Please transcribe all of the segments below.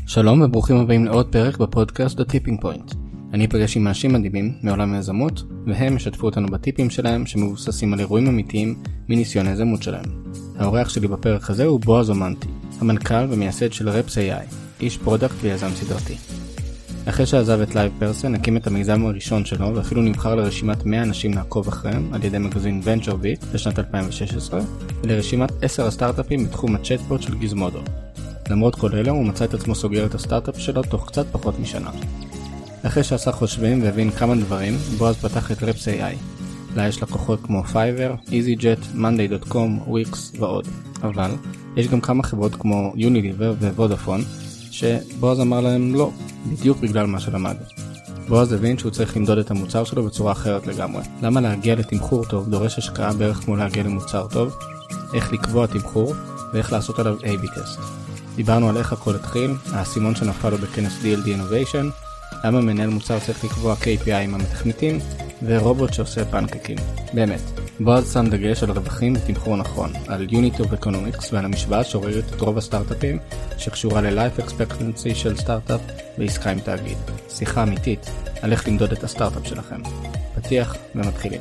שלום וברוכים הבאים לעוד פרק בפודקאסט The Tipping Point. אני אפגש עם אנשים מדהימים מעולם היזמות, והם ישתפו אותנו בטיפים שלהם שמבוססים על אירועים אמיתיים מניסיון היזמות שלהם. האורח שלי בפרק הזה הוא בועז אומנטי, המנכ"ל ומייסד של רפס AI, איש פרודקט ויזם סדרתי. אחרי שעזב את LivePerson, הקים את המיזם הראשון שלו, ואפילו נבחר לרשימת 100 אנשים לעקוב אחריהם על ידי מגזין VentureBeat בשנת 2016, ולרשימת 10 הסטארט-אפים בתחום הצ'טבוט של גיזמודו. למרות כל אלה, הוא מצא את עצמו סוגר את הסטארט-אפ שלו תוך קצת פחות משנה. אחרי שעשה חושבים והבין כמה דברים, בועז פתח את רפס AI. לה יש לקוחות כמו Fiverr, EasyJet, Monday.com, Wix ועוד. אבל יש גם כמה חברות כמו Unilever וודאפון, שבועז אמר להם לא, בדיוק בגלל מה שלמד. בועז הבין שהוא צריך למדוד את המוצר שלו בצורה אחרת לגמרי. למה להגיע לתמחור טוב דורש השקעה בערך כמו להגיע למוצר טוב, איך לקבוע תמחור ואיך לעשות עליו A/B טסט. דיברנו על איך הכל התחיל, האסימון שנפל לו בכנס DLD Innovation, למה מנהל מוצר צריך לקבוע KPI עם המתכנתים, ורובוט שעושה פנקקים. באמת, בועז שם דגש על רווחים ותמחור נכון, על Unit of Economics ועל המשוואה שעוררת את רוב הסטארט-אפים שקשורה ל-Life Expectancy של סטארט-אפ ועסקה עם תאגיד. שיחה אמיתית על איך למדוד את הסטארט-אפ שלכם. פתיח ומתחילים.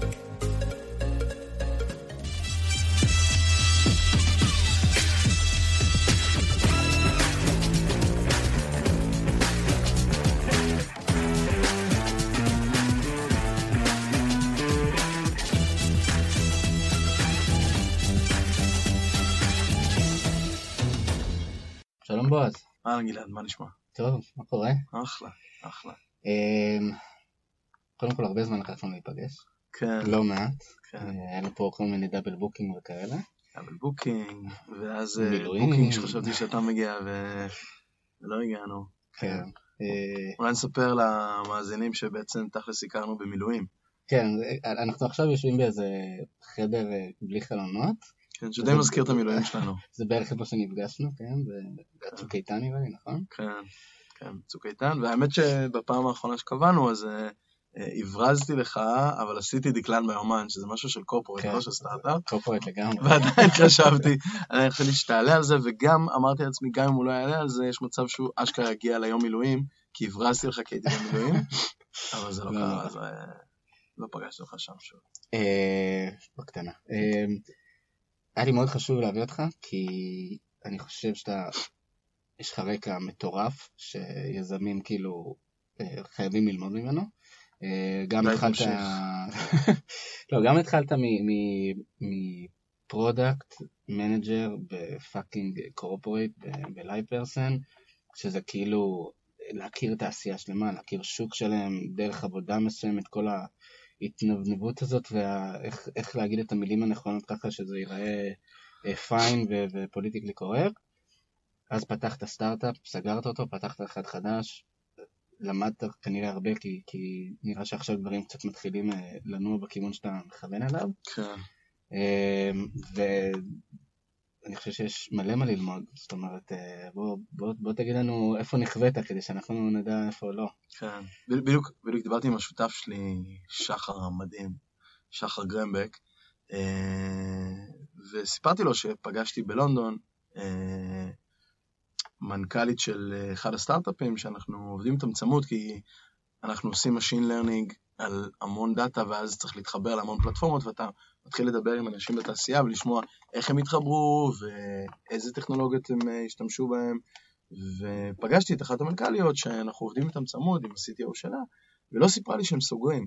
שלום בועז. גלעד, מה נשמע? טוב, מה קורה? אחלה, אחלה. קודם כל הרבה זמן לקחנו להיפגש. כן. לא מעט. כן. היה לנו פה כל מיני דאבל בוקינג וכאלה. דאבל בוקינג, ואז מילואים. בוקינג שחשבתי שאתה מגיע ולא הגענו. כן. אולי נספר למאזינים שבעצם תכלס הכרנו במילואים. כן, אנחנו עכשיו יושבים באיזה חדר בלי חלונות. כן, שדי מזכיר את המילואים שלנו. זה בערך כמו שנפגשנו, כן? בצוק איתן נראה לי, נכון? כן, כן, צוק איתן, והאמת שבפעם האחרונה שקבענו, אז הברזתי לך, אבל עשיתי דקלן ביומן, שזה משהו של קורפורט, לא של סטארט-אפ. קורפורט לגמרי. ועדיין חשבתי, אני חשבתי שתעלה על זה, וגם אמרתי לעצמי, גם אם הוא לא יעלה על זה, יש מצב שהוא אשכרה יגיע ליום מילואים, כי הברזתי לך כי הייתי במילואים, אבל זה לא קרה, אז לא פגשתי לך שם שוב. בקטנה. היה לי מאוד חשוב להביא אותך, כי אני חושב יש לך רקע מטורף, שיזמים כאילו חייבים ללמוד ממנו. גם התחלת מפרודקט מנג'ר בפאקינג קורפורט ב-LivePerson, שזה כאילו להכיר תעשייה שלמה, להכיר שוק שלהם, דרך עבודה מסוימת, כל ההתנבנבות הזאת, ואיך להגיד את המילים הנכונות ככה שזה ייראה פיין ופוליטיקלי קורקט. אז פתחת סטארט-אפ, סגרת אותו, פתחת אחד חדש, למדת כנראה הרבה, כי נראה שעכשיו דברים קצת מתחילים לנוע בכיוון שאתה מכוון עליו. כן. ואני חושב שיש מלא ללמוד, זאת אומרת, בוא תגיד לנו איפה נכווית, כדי שאנחנו נדע איפה לא. כן, בדיוק דיברתי עם השותף שלי, שחר המדהים, שחר גרמבק, וסיפרתי לו שפגשתי בלונדון, מנכ"לית של אחד הסטארט-אפים שאנחנו עובדים איתם צמוד, כי אנחנו עושים machine learning על המון דאטה, ואז צריך להתחבר להמון פלטפורמות, ואתה מתחיל לדבר עם אנשים בתעשייה, ולשמוע איך הם התחברו, ואיזה טכנולוגיות הם השתמשו בהם, ופגשתי את אחת המנכ"ליות שאנחנו עובדים איתם צמוד, עם ה-CTO שלה, ולא סיפרה לי שהם סוגרים,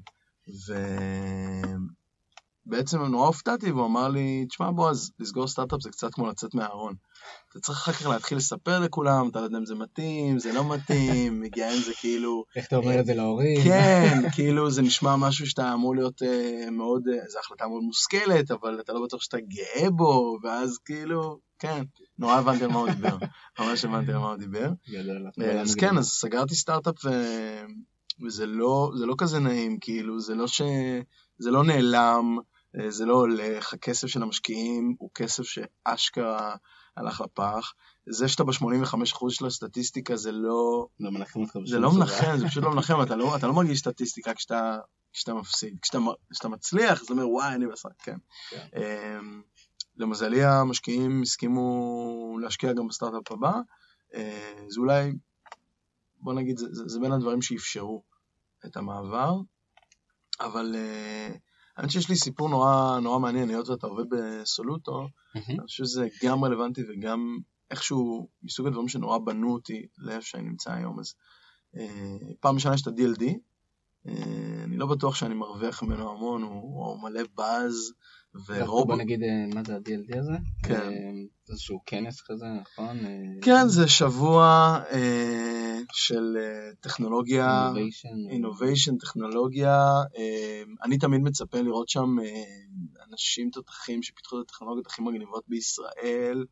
בעצם נורא הופתעתי, והוא אמר לי, תשמע בועז, לסגור סטארט-אפ זה קצת כמו לצאת מהארון. אתה צריך אחר כך להתחיל לספר לכולם, אתה יודע אם זה מתאים, זה לא מתאים, מגיע עם זה כאילו... איך אתה אומר את זה להורים? כן, כאילו זה נשמע משהו שאתה אמור להיות מאוד, זו החלטה מאוד מושכלת, אבל אתה לא בטוח שאתה גאה בו, ואז כאילו, כן, נורא הבנתי על מה הוא דיבר. ממש הבנתי על מה הוא דיבר. אז כן, אז סגרתי סטארט-אפ וזה לא כזה נעים, כאילו, זה לא נעלם, זה לא הולך, הכסף של המשקיעים הוא כסף שאשכרה הלך לפח, זה שאתה ב-85% של הסטטיסטיקה זה לא מנחם, זה פשוט לא מנחם, אתה לא מרגיש סטטיסטיקה כשאתה מפסיד, כשאתה מצליח, זה אומר וואי אני בסדר, כן. למזלי המשקיעים הסכימו להשקיע גם בסטארט-אפ הבא, זה אולי, בוא נגיד, זה בין הדברים שאפשרו את המעבר, אבל אני חושב שיש לי סיפור נורא מעניין, היות ואתה עובד בסולוטו, אני חושב שזה גם רלוונטי וגם איכשהו מסוג הדברים שנורא בנו אותי לאיפה שאני נמצא היום. אז פעם ראשונה יש את ה-DLD, אני לא בטוח שאני מרוויח ממנו המון, הוא מלא באז ורובוט. בוא נגיד מה זה ה-DLD הזה? כן. איזשהו כנס כזה, נכון? כן, זה שבוע של טכנולוגיה, innovation, טכנולוגיה. אני תמיד מצפה לראות שם אנשים תותחים שפיתחו את הטכנולוגיות הכי מגניבות בישראל,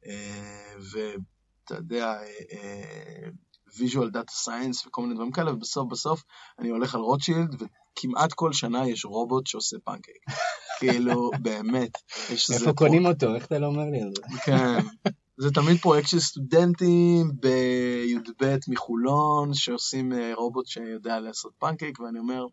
ואתה יודע, visual data science וכל מיני דברים כאלה, ובסוף אני הולך על רוטשילד, וכמעט כל שנה יש רובוט שעושה פנקייק. כאילו, באמת. איפה קונים אותו? איך אתה לא אומר לי על זה? כן. זה תמיד פרויקט של סטודנטים בי"ב מחולון, שעושים רובוט שיודע לעשות פנקייק, ואני אומר,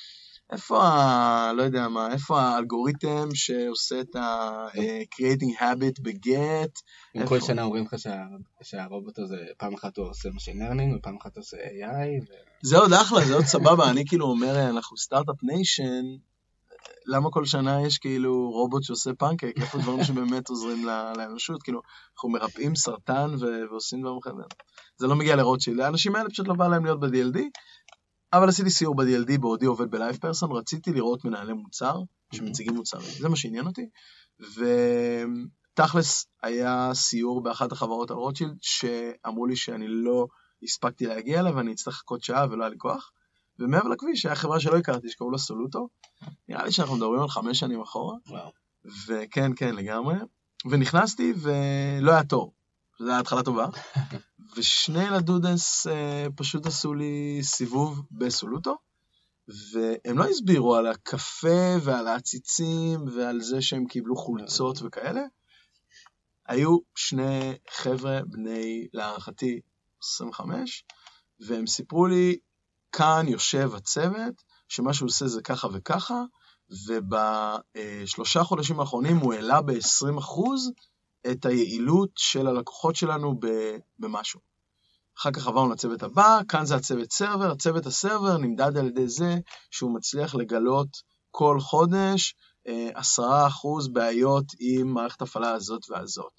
לא יודע מה, איפה האלגוריתם שעושה את ה-creating habit בגט? כל שנה אומרים לך שהרובוט הזה, פעם אחת הוא עושה machine learning, ופעם אחת הוא עושה AI. זה עוד אחלה, זה עוד סבבה, אני כאילו אומר, אנחנו סטארט-אפ ניישן, למה כל שנה יש כאילו רובוט שעושה פנקייק? איפה דברים שבאמת עוזרים לאנושות? כאילו, אנחנו מרפאים סרטן ועושים דברים אחרים. זה לא מגיע לרוטשילד. לאנשים האלה פשוט לא בא להם להיות ב-DLD, אבל עשיתי סיור ב-DLD, בעודי עובד בלייב פרסון, רציתי לראות מנהלי מוצר, שמציגים מוצרים. זה מה שעניין אותי. ותכלס היה סיור באחת החברות על רוטשילד, שאמרו לי שאני לא הספקתי להגיע אליו, ואני אצטרך לחכות שעה ולא היה לי כוח. ומעבר לכביש, היה חברה שלא הכרתי, שקראו לה סולוטו. נראה לי שאנחנו מדברים על 5 שנים אחורה. וכן, כן, לגמרי. ונכנסתי ולא היה תור. זו הייתה התחלה טובה. ושני לדודס פשוט עשו לי סיבוב בסולוטו, והם לא הסבירו על הקפה ועל העציצים ועל זה שהם קיבלו חולצות וכאלה. היו שני חבר'ה בני, להערכתי, 25, והם סיפרו לי, כאן יושב הצוות, שמה שהוא עושה זה ככה וככה, וב3 חודשים האחרונים הוא העלה ב-20% את היעילות של הלקוחות שלנו במשהו. אחר כך עברנו לצוות הבא, כאן זה הצוות סרבר, הצוות הסרבר נמדד על ידי זה שהוא מצליח לגלות כל חודש 10% בעיות עם מערכת הפעלה הזאת והזאת.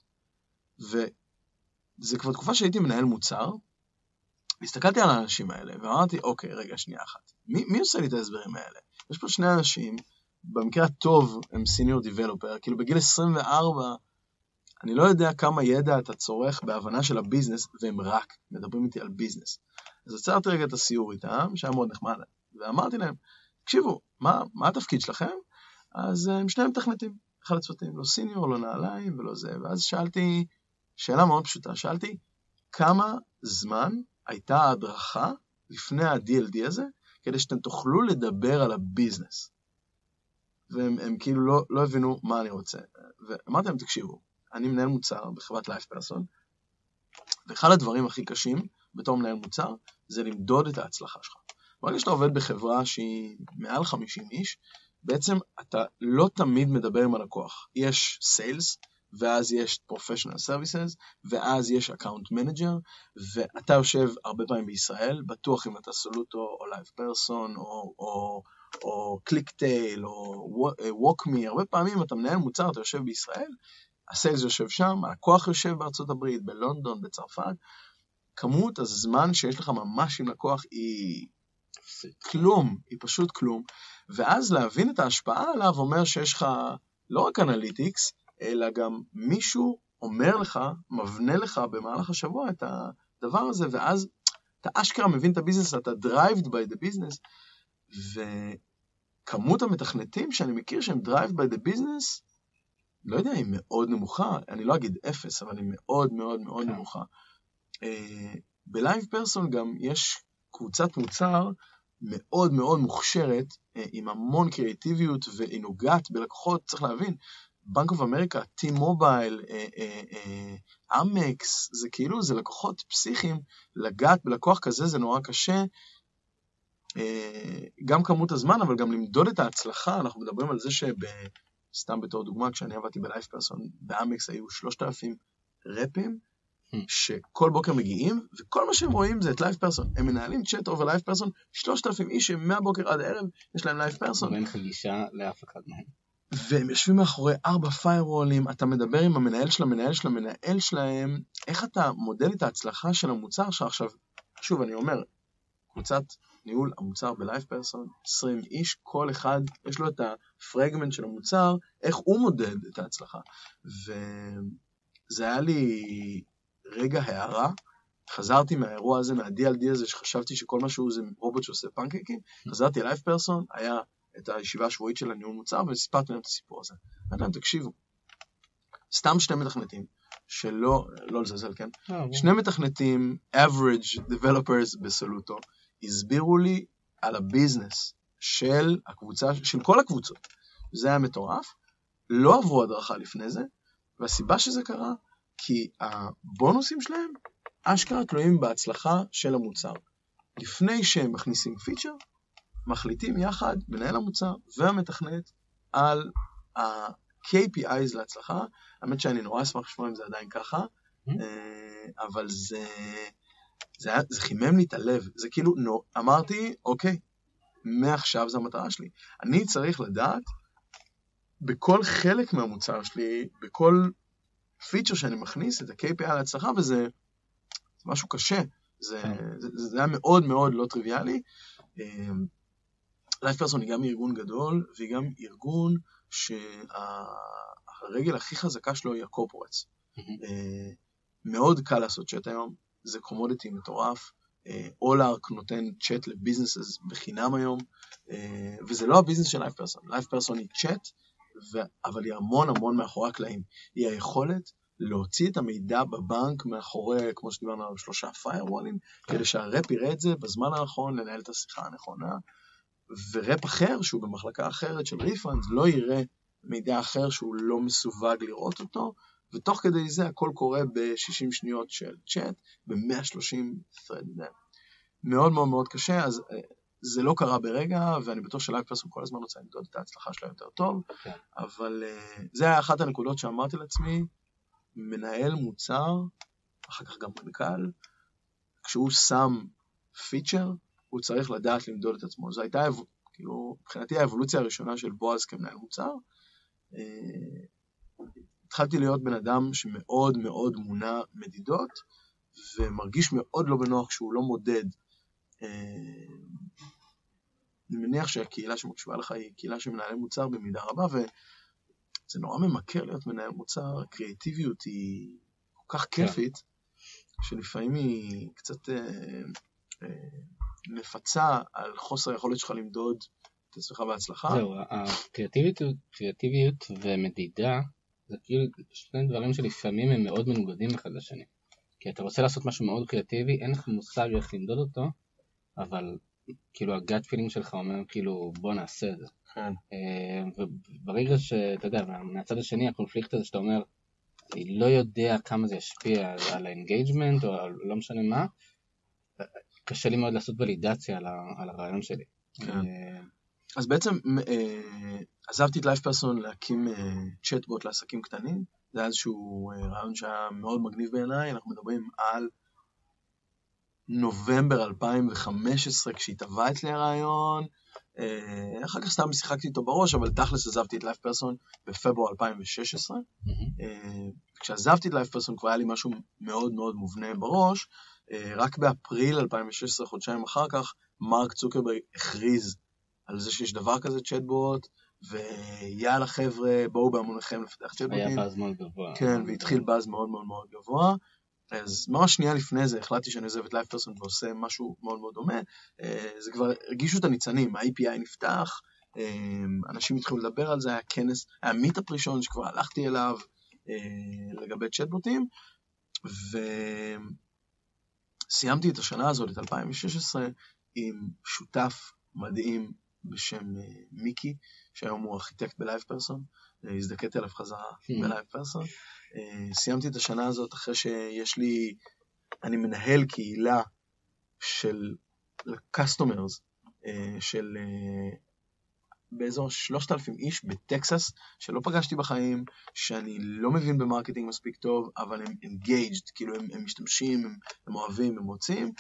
וזה כבר תקופה שהייתי מנהל מוצר, הסתכלתי על האנשים האלה ואמרתי, אוקיי, רגע, שנייה אחת. מי עושה לי את ההסברים האלה? יש פה שני אנשים, במקרה הטוב הם סיניור דיבלופר, כאילו בגיל 24, אני לא יודע כמה ידע אתה צורך בהבנה של הביזנס, והם רק מדברים איתי על ביזנס. אז עצרתי רגע את הסיור איתם, שהיה מאוד נחמד, ואמרתי להם, תקשיבו, מה התפקיד שלכם? אז הם שניהם תכנתים, אחד הצוותים, לא סיניור, לא נעליים ולא זה, ואז שאלתי, שאלה מאוד פשוטה, שאלתי, כמה זמן הייתה ההדרכה לפני ה-DLD הזה, כדי שאתם תוכלו לדבר על הביזנס. והם כאילו לא הבינו מה אני רוצה. ואמרתי להם, תקשיבו, אני מנהל מוצר בחברת לייב פרסון, ואחד הדברים הכי קשים בתור מנהל מוצר, זה למדוד את ההצלחה שלך. ברגע שאתה עובד בחברה שהיא מעל 50 איש, בעצם אתה לא תמיד מדבר עם הלקוח. יש סיילס, ואז יש professional services, ואז יש account manager, ואתה יושב הרבה פעמים בישראל, בטוח אם אתה סולוטו, או לייב פרסון, או קליקטייל, או ווקמי, הרבה פעמים אתה מנהל מוצר, אתה יושב בישראל, הסיילס יושב שם, הלקוח יושב בארצות הברית, בלונדון, בצרפת, כמות הזמן שיש לך ממש עם לקוח היא כלום, היא פשוט כלום, ואז להבין את ההשפעה עליו אומר שיש לך לא רק אנליטיקס, אלא גם מישהו אומר לך, מבנה לך במהלך השבוע את הדבר הזה, ואז אתה אשכרה מבין את הביזנס, אתה drived by the business, וכמות המתכנתים שאני מכיר שהם drived by the business, לא יודע, היא מאוד נמוכה, אני לא אגיד 0, אבל היא מאוד מאוד מאוד נמוכה. בלייב פרסון גם יש קבוצת מוצר מאוד מאוד מוכשרת, עם המון קריאטיביות ואינוגת בלקוחות, צריך להבין, בנק אוף אמריקה, טי מובייל, אמקס, זה כאילו, זה לקוחות פסיכיים, לגעת בלקוח כזה זה נורא קשה, גם כמות הזמן, אבל גם למדוד את ההצלחה, אנחנו מדברים על זה סתם בתור דוגמה, כשאני עבדתי בלייב פרסון, באמקס היו 3,000 רפים, שכל בוקר מגיעים, וכל מה שהם רואים זה את לייב פרסון. הם מנהלים צ'אט אובר לייב פרסון, 3,000 איש שמהבוקר עד הערב יש להם לייב פרסון. ואין לך גישה לאף אחד מהם. והם יושבים מאחורי 4 פיירוולים, אתה מדבר עם המנהל של המנהל של המנהל שלהם, איך אתה מודד את ההצלחה של המוצר שעכשיו, שוב אני אומר, קבוצת ניהול המוצר בלייב פרסון, 20 איש, כל אחד יש לו את הפרגמנט של המוצר, איך הוא מודד את ההצלחה. וזה היה לי רגע הערה, חזרתי מהאירוע הזה, מה-DLD הזה, שחשבתי שכל משהו זה רובוט שעושה פנקייקים, חזרתי לייב פרסון, היה את הישיבה השבועית של הניהול מוצר, וסיפרתי להם את הסיפור הזה. אמרתי להם, תקשיבו, סתם 2 מתכנתים, שלא, לא לזלזל, כן? 2 מתכנתים, average developers בסולוטו, הסבירו לי על הביזנס של הקבוצה, של כל הקבוצות. זה היה מטורף, לא עברו הדרכה לפני זה, והסיבה שזה קרה, כי הבונוסים שלהם, אשכרה תלויים בהצלחה של המוצר. לפני שהם מכניסים פיצ'ר, מחליטים יחד, מנהל המוצר והמתכנת, על ה-KPIs להצלחה. האמת שאני נורא אשמח לשמוע אם זה עדיין ככה, אבל זה חימם לי את הלב. זה כאילו, אמרתי, אוקיי, מעכשיו זה המטרה שלי. אני צריך לדעת, בכל חלק מהמוצר שלי, בכל פיצ'ר שאני מכניס, את ה-KPI להצלחה, וזה משהו קשה. זה היה מאוד מאוד לא טריוויאלי. לייב פרסון היא גם ארגון גדול, והיא גם ארגון שהרגל הכי חזקה שלו היא הקורפורטס. מאוד קל לעשות צ'אט היום, זה קומודיטי מטורף, אולארק נותן צ'אט לביזנסס בחינם היום, וזה לא הביזנס של לייב פרסון. לייב פרסון היא צ'אט, אבל היא המון המון מאחורי הקלעים. היא היכולת להוציא את המידע בבנק מאחורי, כמו שדיברנו על 3 firewall'ים, כדי שהרפ יראה את זה בזמן הנכון, לנהל את השיחה הנכונה, ורפ אחר, שהוא במחלקה אחרת של ריפאנד, לא יראה מידע אחר שהוא לא מסווג לראות אותו, ותוך כדי זה הכל קורה ב-60 שניות של צ'אט, ב-130 thread. מאוד מאוד מאוד קשה, אז זה לא קרה ברגע, ואני בטוח שלייב פרסון כל הזמן רוצה למדוד את ההצלחה שלה יותר טוב, אבל זה היה אחת הנקודות שאמרתי לעצמי, מנהל מוצר, אחר כך גם מנכ"ל, כשהוא שם פיצ'ר, הוא צריך לדעת למדוד את עצמו. זו הייתה, כאילו, מבחינתי האבולוציה הראשונה של בועז כמנהל מוצר. התחלתי להיות בן אדם שמאוד מאוד מונע מדידות, ומרגיש מאוד לא בנוח כשהוא לא מודד. אני מניח שהקהילה שמקשיבה לך היא קהילה שמנהל מוצר במידה רבה, וזה נורא ממכר להיות מנהל מוצר. הקריאטיביות היא כל כך כיפית, שלפעמים היא קצת מפצה על חוסר היכולת שלך למדוד את עצמך בהצלחה. זהו, הקריאטיביות ומדידה, זה כאילו 2 דברים שלפעמים הם מאוד מנוגדים אחד לשני. כי אתה רוצה לעשות משהו מאוד קריאטיבי, אין לך מושג איך למדוד אותו, אבל כאילו הגאט פילינג שלך אומר כאילו בוא נעשה את זה. וברגע שאתה יודע, מהצד השני הקונפליקט הזה שאתה אומר, אני לא יודע כמה זה ישפיע על האנגייג'מנט או על לא משנה מה, קשה לי מאוד לעשות ולידציה על הרעיון שלי. אז בעצם עזבתי את לייב פרסון להקים צ'אטבוט לעסקים קטנים, זה היה איזשהו רעיון שהיה מאוד מגניב בעיניי. אנחנו מדברים על נובמבר 2015 כשהתהווה אצלי הרעיון, אחר כך סתם שיחקתי איתו בראש, אבל תכלס עזבתי את לייב פרסון בפברואר 2016. כשעזבתי את לייב פרסון כבר היה לי משהו מאוד מאוד מובנה בראש, רק באפריל 2016, חודשיים אחר כך, מרק צוקרברג הכריז על זה שיש דבר כזה צ'אטבוט, ויאללה חבר'ה, בואו בהמוניכם לפתח צ'אטבוטים. היה באז מאוד גבוה. כן, והתחיל באז מאוד מאוד מאוד גבוה. אז ממש שנייה לפני זה החלטתי שאני עוזב את לייב פרסון ועושה משהו מאוד מאוד דומה. זה כבר הרגישו את הניצנים, ה-API נפתח, אנשים התחילו לדבר על זה, היה כנס, היה מיטאפ ראשון שכבר הלכתי אליו לגבי צ'אטבוטים, וסיימתי את השנה הזאת, את 2016, עם שותף מדהים בשם מיקי, שהיום הוא ארכיטקט בלייב פרסון, הזדקתי עליו חזרה בלייב פרסון. סיימתי את השנה הזאת אחרי שיש לי, אני מנהל קהילה של customers, של באזור 3,000 איש בטקסס, שלא פגשתי בחיים, שאני לא מבין במרקטינג מספיק טוב, אבל הם engaged, כאילו הם משתמשים, הם אוהבים, הם רוצים.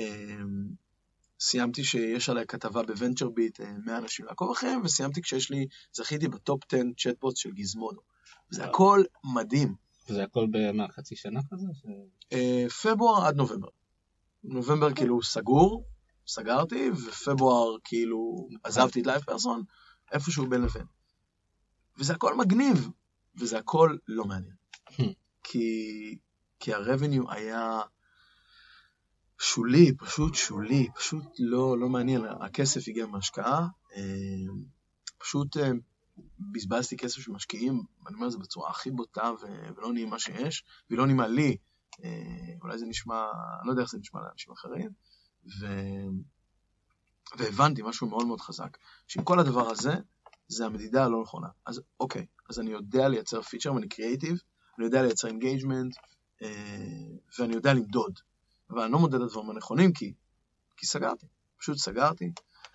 סיימתי שיש עליי כתבה בוונצ'ר ביט, 100 אנשים לעקוב אחריהם, וסיימתי זכיתי בטופ 10 צ'טבוט של גיזמודו. זה הכל מדהים. וזה הכל חצי שנה כזה? פברואר עד נובמבר. נובמבר כאילו סגרתי, ופברואר כאילו עזבתי את לייב פרסון, איפשהו בין לבין. וזה הכל מגניב, וזה הכל לא מעניין. כי הרבניו היה שולי, פשוט לא מעניין. הכסף הגיע מהשקעה, פשוט בזבזתי כסף של משקיעים, אני אומר זה בצורה הכי בוטה ולא נעימה שיש, ולא נעימה לי, אולי זה נשמע, אני לא יודע איך זה נשמע לאנשים אחרים, והבנתי משהו מאוד מאוד חזק, שעם כל הדבר הזה, זה המדידה הלא נכונה. אז אוקיי, אז אני יודע לייצר פיצ'ר ואני קריאייטיב, אני יודע לייצר אינגייג'מנט, ואני יודע למדוד, אבל אני לא מודד את הדברים הנכונים, כי סגרתי, פשוט סגרתי.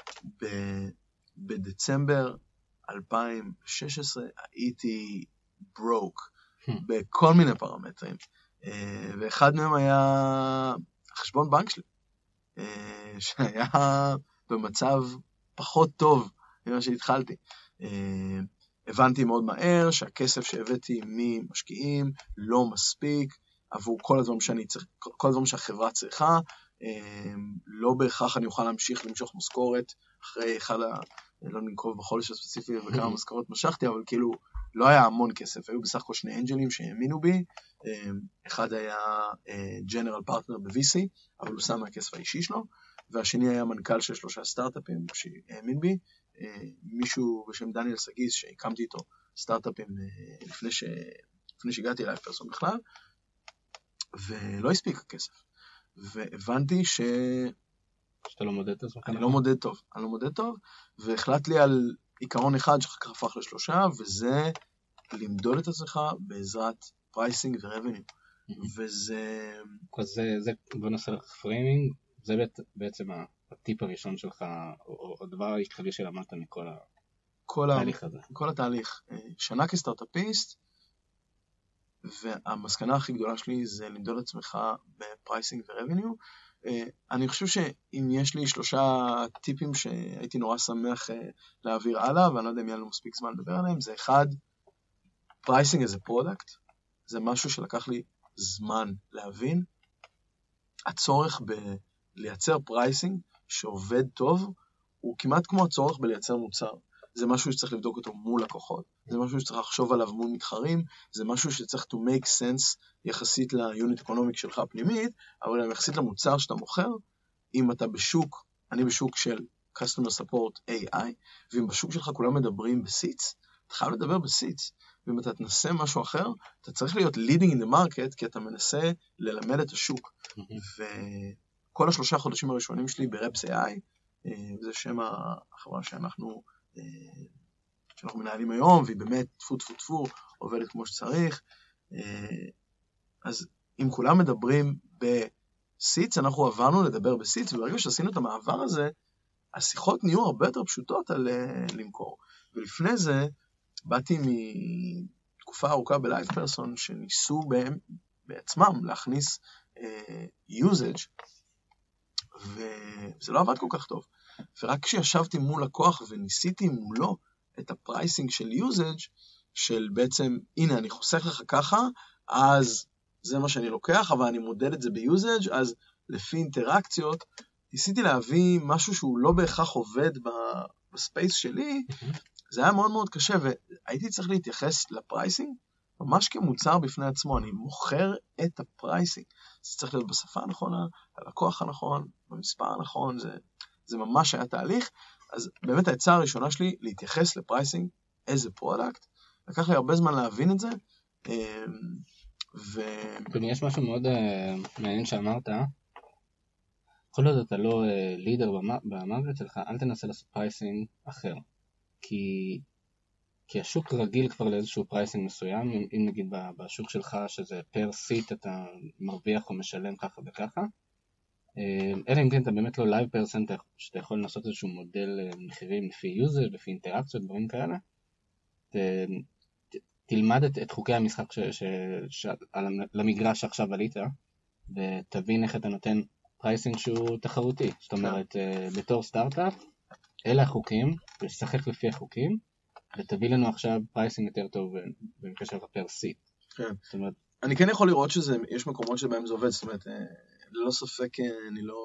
בדצמבר 2016 הייתי ברוק בכל מיני פרמטרים, ואחד מהם היה החשבון בנק שלי, שהיה במצב פחות טוב ממה שהתחלתי. הבנתי מאוד מהר שהכסף שהבאתי ממשקיעים לא מספיק עבור כל הדברים כל הדברים שהחברה צריכה, לא בהכרח אני אוכל להמשיך למשוך משכורת אחרי לא ננקוב בחודש הספציפי וכמה משכורת משכתי, אבל כאילו לא היה המון כסף, היו בסך הכל 2 אנג'לים שהאמינו בי, אחד היה ג'נרל פרטנר ב-VC, אבל הוא שם מהכסף האישי שלו, והשני היה מנכ"ל של 3 סטארט-אפים שהאמין בי, מישהו בשם דניאל סגיס שהקמתי איתו סטארט-אפים לפני שהגעתי אליי פרסון בכלל, ולא הספיק הכסף. והבנתי שאתה לא מודד טוב? אני לא מודד טוב, והחלט לי על עיקרון אחד שאחר הפך ל3, וזה למדוד את עצמך בעזרת פרייסינג ורבניו. וזה... אז זה, בוא נעשה לך פריימינג, זה בעצם הטיפ הראשון שלך, או הדבר העיקרי שלמדת מכל התהליך הזה. כל התהליך. שנה כסטארט-אפיסט, והמסקנה הכי גדולה שלי זה למדוד את עצמך בפרייסינג ורבניו. אני חושב שאם יש לי 3 טיפים שהייתי נורא שמח להעביר הלאה, ואני לא יודע אם יהיה לנו מספיק זמן לדבר עליהם, זה 1, פרייסינג as a product, זה משהו שלקח לי זמן להבין. הצורך בלייצר פרייסינג שעובד טוב, הוא כמעט כמו הצורך בלייצר מוצר. זה משהו שצריך לבדוק אותו מול לקוחות, זה משהו שצריך לחשוב עליו מול מתחרים, זה משהו שצריך to make sense יחסית ליוניט אקונומיק שלך פנימית, אבל יחסית למוצר שאתה מוכר. אם אתה בשוק, אני בשוק של Customer Support AI, ואם בשוק שלך כולם מדברים בסיץ, אתה חייב לדבר בסיץ, ואם אתה תנסה משהו אחר, אתה צריך להיות leading in the market, כי אתה מנסה ללמד את השוק. וכל 3 חודשים הראשונים שלי ברפס AI, וזה שם החברה שאנחנו מנהלים היום, והיא באמת טפו עובדת כמו שצריך. אז אם כולם מדברים בסיץ, אנחנו עברנו לדבר בסיץ, וברגע שעשינו את המעבר הזה, השיחות נהיו הרבה יותר פשוטות על למכור. ולפני זה, באתי מתקופה ארוכה בלייב פרסון, שניסו בעצמם להכניס usage, וזה לא עבד כל כך טוב. ורק כשישבתי מול לקוח וניסיתי מולו את הפרייסינג של usage, של בעצם, הנה אני חוסך לך ככה, אז זה מה שאני לוקח, אבל אני מודד את זה ב-usage, אז לפי אינטראקציות, ניסיתי להביא משהו שהוא לא בהכרח עובד בספייס שלי, זה היה מאוד מאוד קשה, והייתי צריך להתייחס לפרייסינג, ממש כמוצר בפני עצמו, אני מוכר את הפרייסינג, זה צריך להיות בשפה הנכונה, הלקוח הנכון, במספר הנכון, זה ממש היה תהליך. אז באמת ההצעה הראשונה שלי, להתייחס לפרייסינג as a product, לקח לי הרבה זמן להבין את זה, יש משהו מאוד מעניין שאמרת, כל עוד אתה לא לידר במרקט שלך, אל תנסה לעשות פרייסינג אחר, כי השוק רגיל כבר לאיזשהו פרייסינג מסוים, אם נגיד בשוק שלך שזה פר סיט אתה מרוויח או משלם ככה וככה, אלא אם כן אתה באמת לא לייב פרסן, שאתה יכול לנסות איזשהו מודל מחירים לפי יוזר, לפי אינטראקציות, דברים כאלה. תלמד את חוקי המשחק למגרש שעכשיו עלית, ותבין איך אתה נותן פרייסינג שהוא תחרותי. זאת אומרת, בתור סטארט-אפ, אלה החוקים, ושחק לפי החוקים, ותביא לנו עכשיו פרייסינג יותר טוב במקרה שלך פר סיט. זאת אומרת, אני כן יכול לראות שיש מקומות שבהם זה עובד, זאת אומרת, ללא ספק אני לא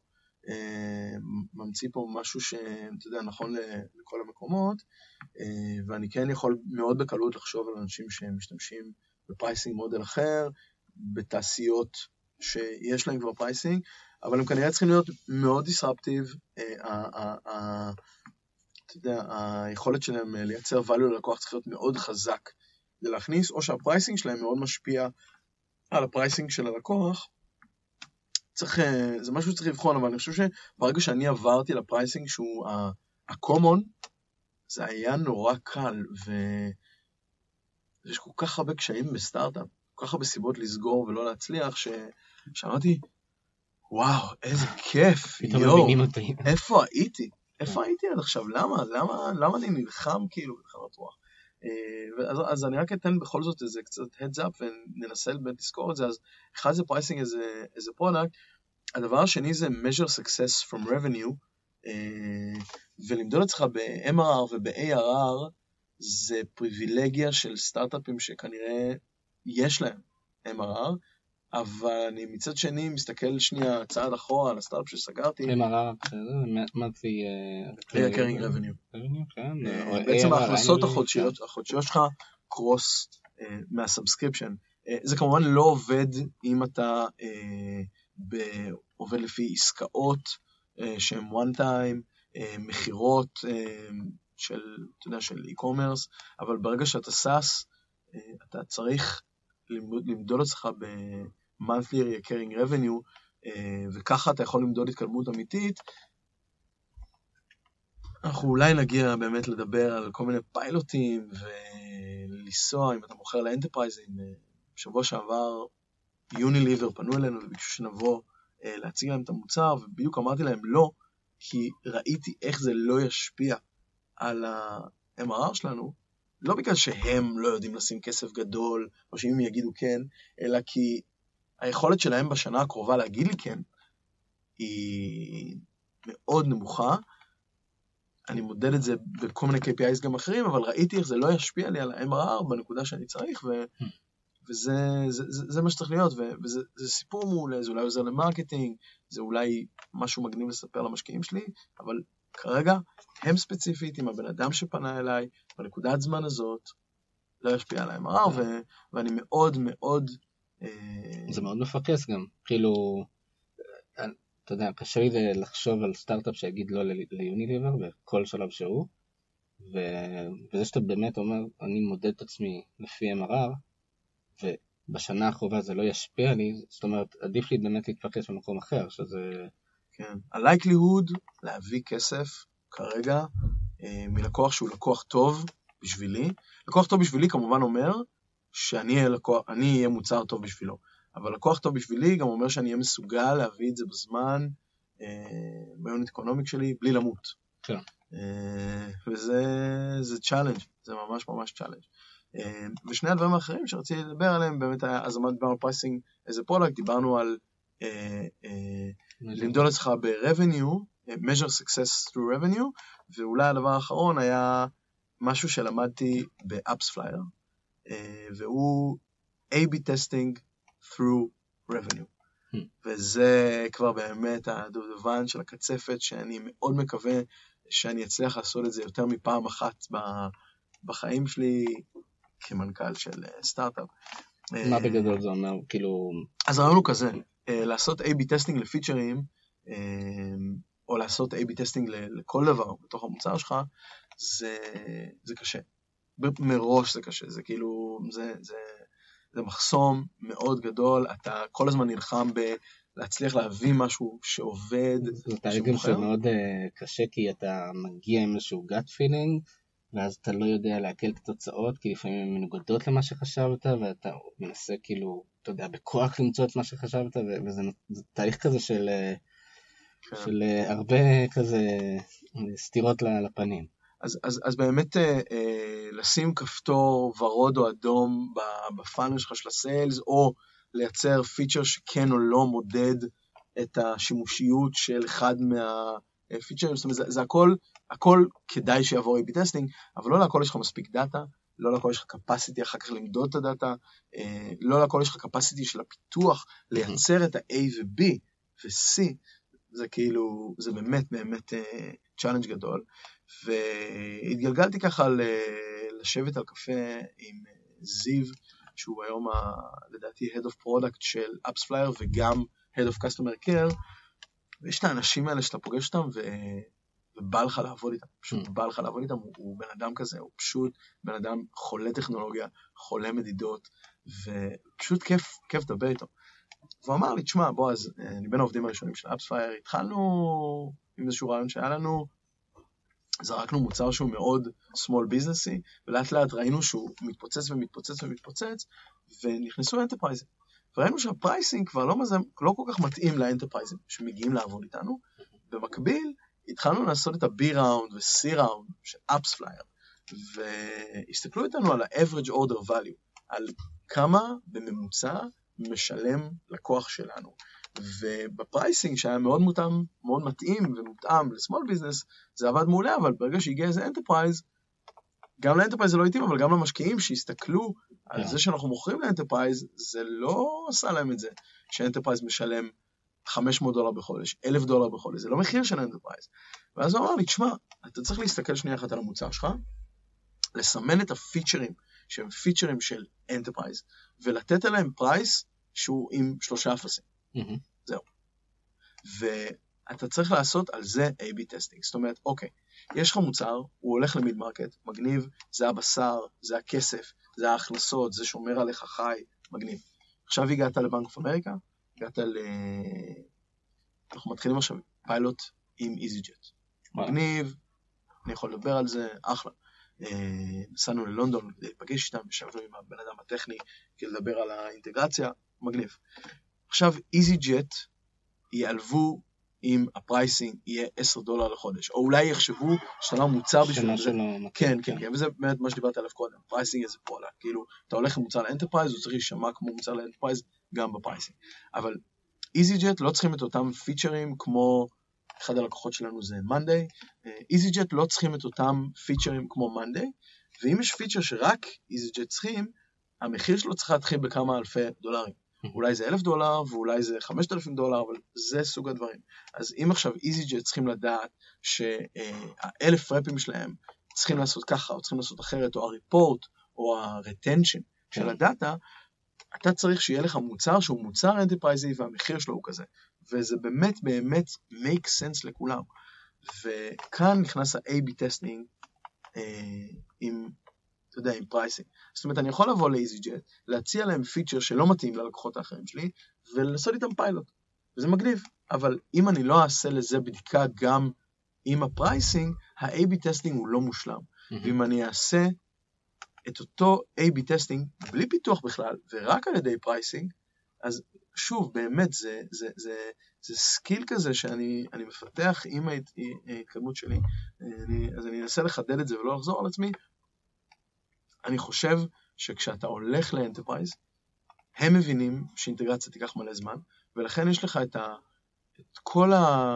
ממציא פה משהו שאתה יודע, נכון לכל המקומות, ואני כן יכול מאוד בקלות לחשוב על אנשים שמשתמשים בפרייסינג מודל אחר, בתעשיות שיש להם כבר פרייסינג, אבל הם כנראה צריכים להיות מאוד דיסרפטיב, אתה יודע, היכולת שלהם לייצר value ללקוח צריך להיות מאוד חזק להכניס, או שהפרייסינג שלהם מאוד משפיע על הפרייסינג של הלקוח. זה משהו שצריך לבחון, אבל אני חושב שברגע שאני עברתי לפרייסינג שהוא ה-common, זה היה נורא קל, ויש כל כך הרבה קשיים בסטארט-אפ, כל כך הרבה סיבות לסגור ולא להצליח, שאמרתי, וואו, איזה כיף, יואו, איפה הייתי? איפה הייתי עד עכשיו? למה אני נלחם כאילו בתחנות רוח? אז אני רק אתן בכל זאת איזה קצת heads up וננסה לזכור את זה. אז אחד זה pricing as a product, הדבר השני זה measure success from revenue, ולמדוד אצלך ב-MRR וב-ARR זה פריבילגיה של סטארט-אפים שכנראה יש להם MRR, אבל אני מצד שני מסתכל שנייה צעד אחורה על הסטארט-אפ שסגרתי. MRR, monthly recurring revenue. בעצם ההכנסות החודשיות שלך קרוס מהסאבסקריפשן. זה כמובן לא עובד אם אתה עובד לפי עסקאות שהן one time, מחירות של e-commerce, אבל ברגע שאתה סאס, אתה צריך למדוד אצלך ב-monthly recurring revenue, וככה אתה יכול למדוד התקדמות אמיתית. אנחנו אולי נגיע באמת לדבר על כל מיני פיילוטים, ולנסוע, אם אתה מוכר לאנטרפרייזים. בשבוע שעבר, יוניליבר פנו אלינו וביקשו שנבוא להציג להם את המוצר, ובדיוק אמרתי להם לא, כי ראיתי איך זה לא ישפיע על ה-MRR שלנו, לא בגלל שהם לא יודעים לשים כסף גדול, או שאם הם יגידו כן, אלא כי היכולת שלהם בשנה הקרובה להגיד לי כן, היא מאוד נמוכה. אני מודד את זה בכל מיני KPIs גם אחרים, אבל ראיתי איך זה לא ישפיע לי על ה-MRR בנקודה שאני צריך, וזה מה שצריך להיות, וזה סיפור מעולה, זה אולי עוזר למרקטינג, זה אולי משהו מגניב לספר למשקיעים שלי, אבל כרגע הם ספציפית עם הבן אדם שפנה אליי, בנקודת זמן הזאת, לא ישפיע על ה-MRR, ואני מאוד מאוד... זה מאוד מפקס גם, כאילו, אתה יודע, קשה לי לחשוב על סטארט-אפ שיגיד לא ליוניליבר בכל שלב שהוא, וזה שאתה באמת אומר, אני מודד את עצמי לפי MRR, ובשנה הקרובה זה לא ישפיע לי, זאת אומרת, עדיף לי באמת להתפקס במקום אחר, שזה... כן, ה-likelihood להביא כסף כרגע מלקוח שהוא לקוח טוב בשבילי. לקוח טוב בשבילי כמובן אומר שאני אהיה מוצר טוב בשבילו. אבל לקוח טוב בשבילי גם אומר שאני אהיה מסוגל להביא את זה בזמן, ביונט אקונומיק שלי, בלי למות. כן. וזה צ'אלנג', זה ממש ממש צ'אלנג'. ושני הדברים האחרים שרציתי לדבר עליהם, באמת אז דיברנו על פרייסינג איזה פרודקט, דיברנו על למדוד אצלך ב-revenue, measure success through revenue, ואולי הדבר האחרון היה משהו שלמדתי ב-Apps Flyer, והוא A/B testing through revenue. וזה כבר באמת הדובדבן של הקצפת, שאני מאוד מקווה שאני אצליח לעשות את זה יותר מפעם אחת בחיים שלי כמנכ"ל של סטארט-אפ. מה בגדול זה אומר? כאילו... אז הרעיון הוא כזה, לעשות A/B טסטינג לפיצ'רים, או לעשות A/B טסטינג לכל דבר בתוך המוצר שלך, זה קשה. מראש זה קשה, זה כאילו, זה מחסום מאוד גדול, אתה כל הזמן נלחם להצליח להביא משהו שעובד. זה תהליך גם שמאוד קשה, כי אתה מגיע עם איזשהו gut feeling, ואז אתה לא יודע לעכל את התוצאות, כי לפעמים הן מנוגדות למה שחשבת, ואתה מנסה כאילו, אתה יודע, בכוח למצוא את מה שחשבת, וזה תהליך כזה של הרבה כזה סתירות לפנים. אז באמת לשים כפתור ורוד או אדום בפאנל שלך של הסיילס, או לייצר פיצ'ר שכן או לא מודד את השימושיות של אחד מהפיצ'רים, זאת אומרת, זה הכל כדאי שיעבור A/B טסטינג, אבל לא להכל יש לך מספיק דאטה, לא להכל יש לך capacity אחר כך למדוד את הדאטה, לא להכל יש לך capacity של הפיתוח, לייצר את ה-A ו-B ו-C, זה כאילו, זה באמת צ'אלנג' גדול, והתגלגלתי ככה לשבת על קפה עם זיו, שהוא היום לדעתי Head of Product של AppsFlyer, וגם Head of Customer Care, ויש את האנשים האלה שאתה פוגש אותם, ובא לך לעבוד איתם, פשוט בא לך לעבוד איתם, הוא בן אדם כזה, הוא פשוט בן אדם חולה טכנולוגיה, חולה מדידות, ופשוט כיף לדבר איתו. והוא אמר לי, תשמע, בוא, אז אני בין העובדים הראשונים של AppsFlyer, התחלנו עם איזשהו רעיון שהיה לנו, זרקנו מוצר שהוא מאוד small businessy, ולאט לאט ראינו שהוא מתפוצץ ומתפוצץ ומתפוצץ, ונכנסו לאנטרפרייזים. וראינו שהפרייסינג כבר לא כל כך מתאים לאנטרפרייזים שמגיעים לעבוד איתנו. במקביל, התחלנו לעשות את ה-B ראונד ו-C ראונד של AppsFlyer, והסתכלו איתנו על ה-average order value, על כמה בממוצע משלם לקוח שלנו. ובפרייסינג שהיה מאוד מתאים ומותאם לסמול ביזנס, זה עבד מעולה, אבל ברגע שהגיע איזה אנטרפרייז, גם לאנטרפרייז זה לא התאים, אבל גם למשקיעים שהסתכלו על זה שאנחנו מוכרים לאנטרפרייז, זה לא עשה להם את זה, שאנטרפרייז משלם $500 בחודש, $1,000 בחודש, זה לא מחיר של אנטרפרייז. ואז הוא אמר לי, תשמע, אתה צריך להסתכל שנייה אחת על המוצר שלך, לסמן את הפיצ'רים, שהם פיצ'רים של אנטרפרייז, ולתת עליהם פרייס שהוא עם 3 אפסים. זהו. ואתה צריך לעשות על זה A/B טסטינג. זאת אומרת, אוקיי, יש לך מוצר, הוא הולך למיד מרקט, מגניב, זה הבשר, זה הכסף, זה ההכנסות, זה שומר עליך חי, מגניב. עכשיו הגעת לבנק אוף אמריקה, אנחנו מתחילים עכשיו פיילוט עם EasyJet. מגניב, אני יכול לדבר על זה, אחלה. נסענו ללונדון כדי לפגש איתם, ישבנו עם הבן אדם הטכני כדי לדבר על האינטגרציה, מגניב. עכשיו EasyJet יעלבו אם הפרייסינג יהיה $10 לחודש, או אולי יחשבו שאתה מוצר בשביל זה. כן, וזה באמת מה שדיברת עליו קודם, פרייסינג איזה פרודקט, כאילו, אתה הולך עם מוצר לאנטרפרייז, הוא צריך להישמע כמו מוצר לאנטרפרייז, גם בפרייסינג. אבל EasyJet לא צריכים את אותם פיצ'רים כמו, אחד הלקוחות שלנו זה Monday, EasyJet לא צריכים את אותם פיצ'רים כמו Monday, ואם יש פיצ'ר שרק EasyJet צריכים, המחיר שלו צריך להתחיל בכמה אלפי דולרים. אולי זה $1,000 ואולי זה $5,000, אבל זה סוג הדברים. אז אם עכשיו EasyJet צריכים לדעת שה1,000 רפים שלהם צריכים לעשות ככה, או צריכים לעשות אחרת, או הריפורט, או הרטנשן של הדאטה, אתה צריך שיהיה לך מוצר שהוא מוצר אנטרפרייזי, והמחיר שלו הוא כזה. וזה באמת make sense לכולם. וכאן נכנס ה-A/B טסטינג עם, אתה יודע, עם פרייסינג. זאת אומרת, אני יכול לבוא ל-EasyJet, להציע להם פיצ'ר שלא מתאים ללקוחות האחרים שלי, ולעשות איתם פיילוט. וזה מגניב. אבל אם אני לא אעשה לזה בדיקה גם עם הפרייסינג, ה-A/B טסטינג הוא לא מושלם. ואם אני אעשה את אותו A/B טסטינג בלי פיתוח בכלל, ורק על ידי פרייסינג, אז שוב, באמת, זה סקיל כזה שאני מפתח עם ההתקדמות שלי. אז אני אנסה לחדד את זה ולא לחזור על עצמי. אני חושב שכשאתה הולך לאנטרפרייז, הם מבינים שאינטגרציה תיקח מלא זמן, ולכן יש לך את כל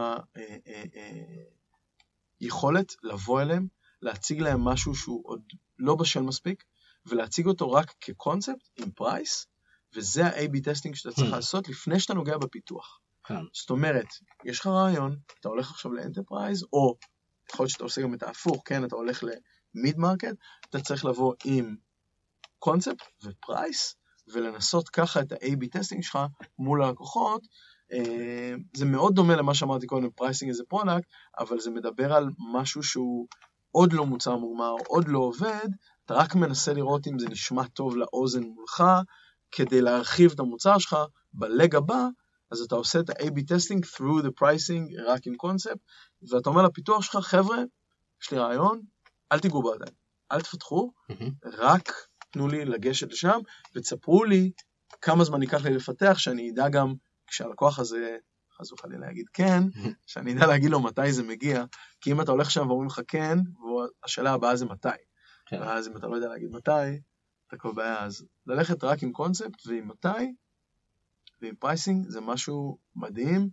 היכולת לבוא אליהם, להציג להם משהו שהוא עוד לא בשל מספיק, ולהציג אותו רק כקונספט עם פרייס, וזה ה-A/B טסטינג שאתה צריך לעשות לפני שאתה נוגע בפיתוח. זאת אומרת, יש לך רעיון, אתה הולך עכשיו לאנטרפרייז, או יכול להיות שאתה עושה גם את ההפוך, כן, אתה הולך למיד מרקט, אתה צריך לבוא עם קונספט ופרייס, ולנסות ככה את ה-A/B טסטינג שלך מול הלקוחות. זה מאוד דומה למה שאמרתי קודם, פרייסינג איזה פרודקט, אבל זה מדבר על משהו שהוא עוד לא מוצר מוגמר, עוד לא עובד, אתה רק מנסה לראות אם זה נשמע טוב לאוזן מולך, כדי להרחיב את המוצר שלך בלג הבא, אז אתה עושה את ה-A/B טסטינג through the pricing, רק עם קונספט, ואתה אומר לפיתוח שלך, חבר'ה, יש לי רעיון, אל תיגעו בידיים. אל תפתחו, רק תנו לי לגשת לשם, ותספרו לי כמה זמן ייקח לי לפתח, שאני אדע גם, כשהלקוח הזה, חס וחלילה להגיד כן, שאני אדע להגיד לו מתי זה מגיע, כי אם אתה הולך שם ואומרים לך כן, השאלה הבאה זה מתי. ואז אם אתה לא יודע להגיד מתי, אתה כל בעיה. אז ללכת רק עם קונספט, ועם מתי, ועם פרייסינג, זה משהו מדהים.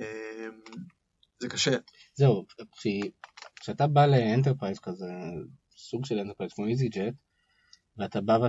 זה קשה. זהו, כשאתה בא לאנטרפרייז כזה, סוג של אנטרפרייז כמו EasyJet, ואתה בא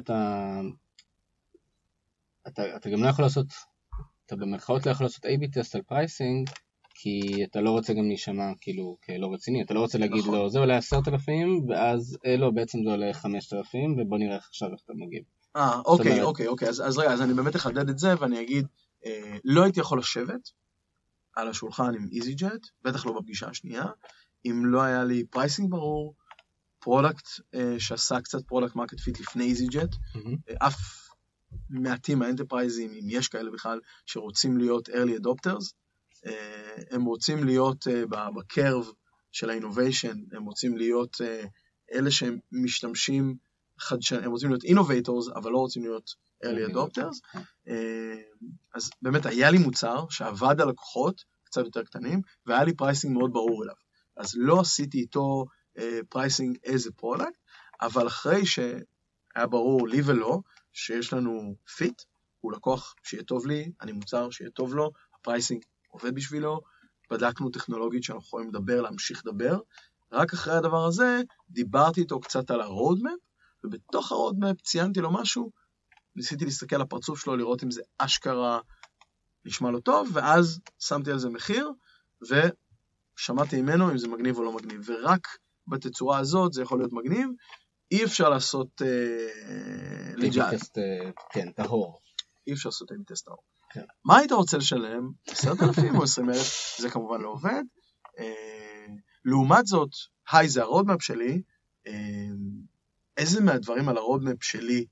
אתה גם לא יכול לעשות, אתה במרכאות לא יכול לעשות A-B טסט על פרייסינג, כי אתה לא רוצה גם להישמע כאילו כלא רציני, אתה לא רוצה להגיד לו, זה עולה 10,000, ואז לא, בעצם זה עולה 5,000, ובוא נראה עכשיו איך אתה מגיב. אוקיי, אז רגע, אז אני באמת אחדד את זה, ואני אגיד, לא הייתי יכול לשבת על השולחן עם EasyJet, בטח לא בפגישה השנייה, אם לא היה לי פרייסינג ברור, פרודקט שעשה קצת פרודקט מרקט פיט לפני EasyJet, אף מעטים האנטרפרייזים, אם יש כאלה בכלל, שרוצים להיות early adopters, הם רוצים להיות בקרב של האינוביישן, הם רוצים להיות אלה שהם משתמשים, הם רוצים להיות innovators, אבל לא רוצים להיות early adopters. אז באמת היה לי מוצר שעבד על לקוחות קצת יותר קטנים, והיה לי פרייסינג מאוד ברור אליו. אז לא עשיתי איתו פרייסינג as a product, אבל אחרי שהיה ברור לי ולא, שיש לנו פיט, הוא לקוח שיהיה טוב לי, אני מוצר שיהיה טוב לו, הפרייסינג עובד בשבילו, בדקנו טכנולוגית שאנחנו יכולים לדבר, להמשיך לדבר, רק אחרי הדבר הזה, דיברתי איתו קצת על הרודמפ, ובתוך הרודמפ ציינתי לו משהו, ניסיתי להסתכל על הפרצוף שלו, לראות אם זה אשכרה נשמע לו טוב, ואז שמתי על זה מחיר, ושמעתי ממנו אם זה מגניב או לא מגניב, ורק בתצורה הזאת זה יכול להיות מגניב, אי אפשר לעשות טסט, כן, טהור. אי אפשר לעשות טסט טהור. מה היית רוצה לשלם? 10,000 או 20,000? זה כמובן לא עובד. לעומת זאת, היי, זה הרודמפ שלי, איזה מהדברים על הרודמפ שלי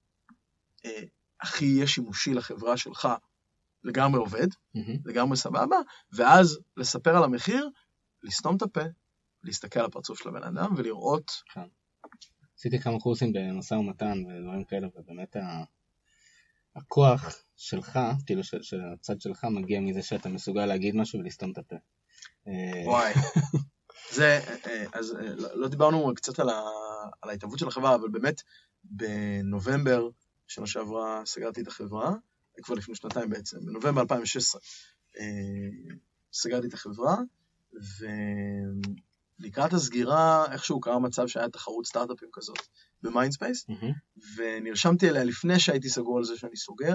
הכי יהיה שימושי לחברה שלך, לגמרי עובד, לגמרי סבבה, ואז לספר על המחיר, לסתום את הפה, להסתכל על הפרצוף של הבן אדם ולראות. עשיתי כמה קורסים במשא ומתן ודברים כאלה, ובאמת הכוח שלך, כאילו שהצד שלך מגיע מזה שאתה מסוגל להגיד משהו ולסתום את הפה. וואי. זה, אז לא דיברנו קצת על ההתאבות של החברה, אבל באמת בנובמבר שנה שעברה סגרתי את החברה, כבר לפני שנתיים בעצם, בנובמבר 2016 סגרתי את החברה, ולקראת הסגירה איכשהו קרה מצב שהיה תחרות סטארט-אפים כזאת במיינדספייס, ונרשמתי אליה לפני שהייתי סגור על זה שאני סוגר,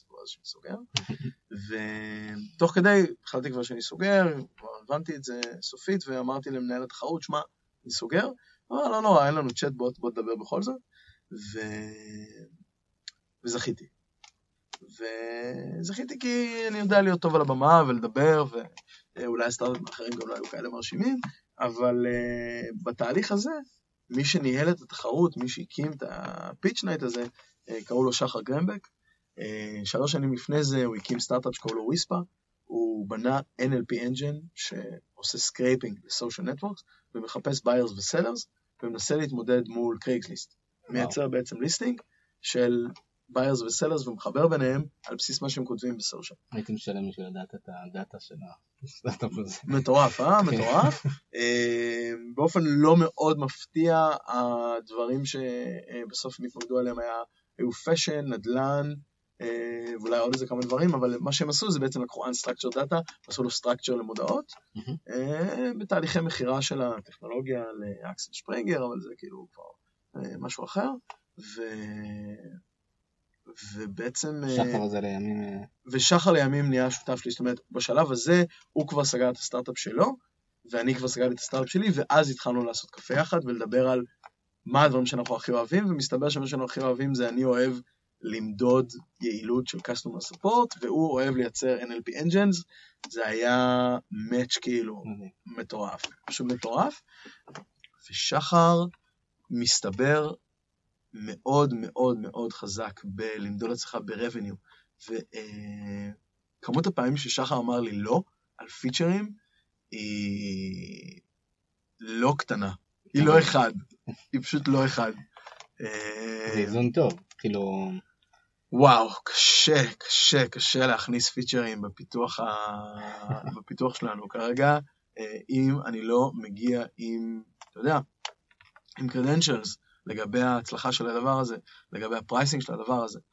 ותוך כדי החלטתי כבר שאני סוגר, כבר הבנתי את זה סופית, ואמרתי למנהל התחרות, שמה, אני סוגר? לא נורא, אין לנו צ'אט, בוא תדבר בכל זאת, וזכיתי. וזכיתי כי אני יודע להיות טוב על הבמה ולדבר, ואולי הסטארט-אפים האחרים גם לא היו כאלה מרשימים, אבל בתהליך הזה, מי שניהל את התחרות, מי שהקים את הפיץ' נייט הזה, קראו לו שחר גרמבק. 3 שנים לפני זה הוא הקים סטארט-אפ שקראו לו וויספה, הוא בנה NLP engine שעושה סקרייפינג לסושיאל נטוורקס, ומחפש buyers וסלרס, ומנסה להתמודד מול קרייגסליסט. מייצר בעצם ליסטינג של buyers וסלרס, ומחבר ביניהם על בסיס מה שהם כותבים בסושיאל. הייתי משלם בשביל לדעת את הדאטה של הסטארט-אפ הזה. מטורף, מטורף. באופן לא מאוד מפתיע, הדברים שבסוף הם התמקדו עליהם היו פשן, נדל"ן, ואולי עוד איזה כמה דברים, אבל מה שהם עשו זה בעצם לקחו unstructured data, עשו לו structure למודעות, בתהליכי מחירה של הטכנולוגיה לאקסל שפרינגר, אבל זה כאילו כבר משהו אחר, ובעצם שחר הזה לימים ושחר לימים נהיה שותף שלי, זאת אומרת בשלב הזה הוא כבר סגר את הסטארט-אפ שלו ואני כבר סגרתי את הסטארט-אפ שלי, ואז התחלנו לעשות קפה יחד ולדבר על מה הדברים שאנחנו הכי אוהבים, ומסתבר שמה שאנחנו הכי אוהבים זה אני אוהב למדוד יעילות של customer support, והוא אוהב לייצר NLP engines. זה היה match כאילו מטורף, פשוט מטורף. ושחר מסתבר מאוד מאוד מאוד חזק בלמדוד אצלך ברבניו, וכמות הפעמים ששחר אמר לי לא על פיצ'רים היא לא קטנה. היא לא אחד. היא פשוט לא אחד. זה איזון טוב, כאילו... וואו, קשה להכניס פיצ'רים בפיתוח שלנו. כרגע, אם אני לא מגיע עם, אתה יודע, עם credentials לגבי ההצלחה של הדבר הזה, לגבי הפרייסינג של הדבר הזה,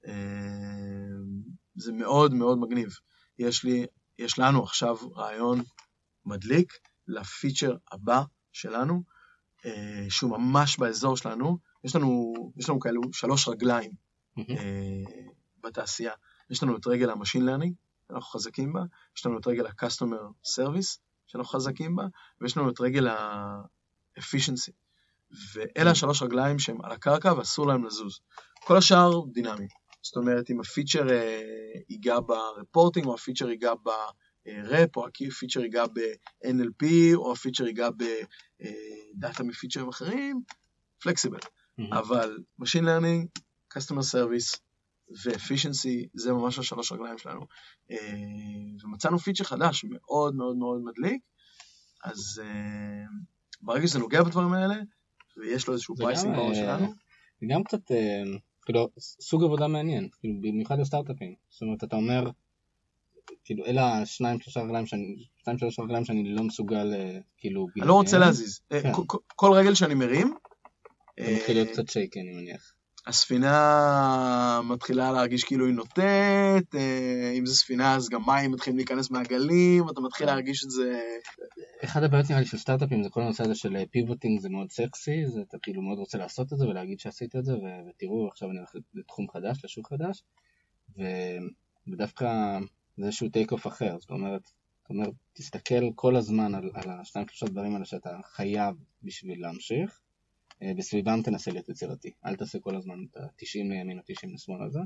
זה מאוד מאוד מגניב. יש לנו עכשיו רעיון מדליק לפיצ'ר הבא שלנו, שהוא ממש באזור שלנו. יש לנו כאלו 3 רגליים בתעשייה. יש לנו את רגל המשין לרנינג, שאנחנו חזקים בה, יש לנו את רגל ה-customer service, שאנחנו חזקים בה, ויש לנו את רגל ה-efficiency. ואלה 3 רגליים שהם על הקרקע ואסור להם לזוז. כל השאר דינמי. זאת אומרת, אם הפיצ'ר ייגע ברפורטינג, או הפיצ'ר ייגע ברפ, או הפיצ'ר ייגע ב-NLP, או הפיצ'ר ייגע בדאטה מפיצ'רים אחרים, פלקסיבל. אבל Machine Learning, Customer Service ו-Efficiency, זה ממש 3 רגליים שלנו. ומצאנו פיצ'ר חדש, מאוד מאוד מאוד מדליק, אז ברגע שזה נוגע בדברים האלה, ויש לו איזשהו פרייסינג בראש שלנו. זה גם קצת, כאילו, סוג עבודה מעניין, כאילו, במיוחד לסטארט-אפים. זאת אומרת, אתה אומר, כאילו, אלה 2-3 רגליים שאני לא מסוגל, כאילו... אני לא רוצה להזיז. כל רגל שאני מרים... זה מתחיל להיות קצת שייקן, אני מניח. הספינה מתחילה להרגיש כאילו היא נוטט, אם זה ספינה אז גם מים מתחילים להיכנס מהגלים, אתה מתחיל להרגיש את זה... אחד הבעיות נראה לי של סטארט-אפים זה כל הנושא הזה של פיבוטינג, זה מאוד סקסי, אתה כאילו מאוד רוצה לעשות את זה ולהגיד שעשית את זה, ותראו עכשיו אני הולך לתחום חדש, לשוק חדש, ודווקא זה איזשהו טייק אוף אחר, זאת אומרת, תסתכל כל הזמן על 2-3 דברים האלה שאתה חייב בשביל להמשיך, בסביבם תנסה להיות יצירתי, אל תעשה כל הזמן את ה-90 לימין או 90 לשמאל הזה.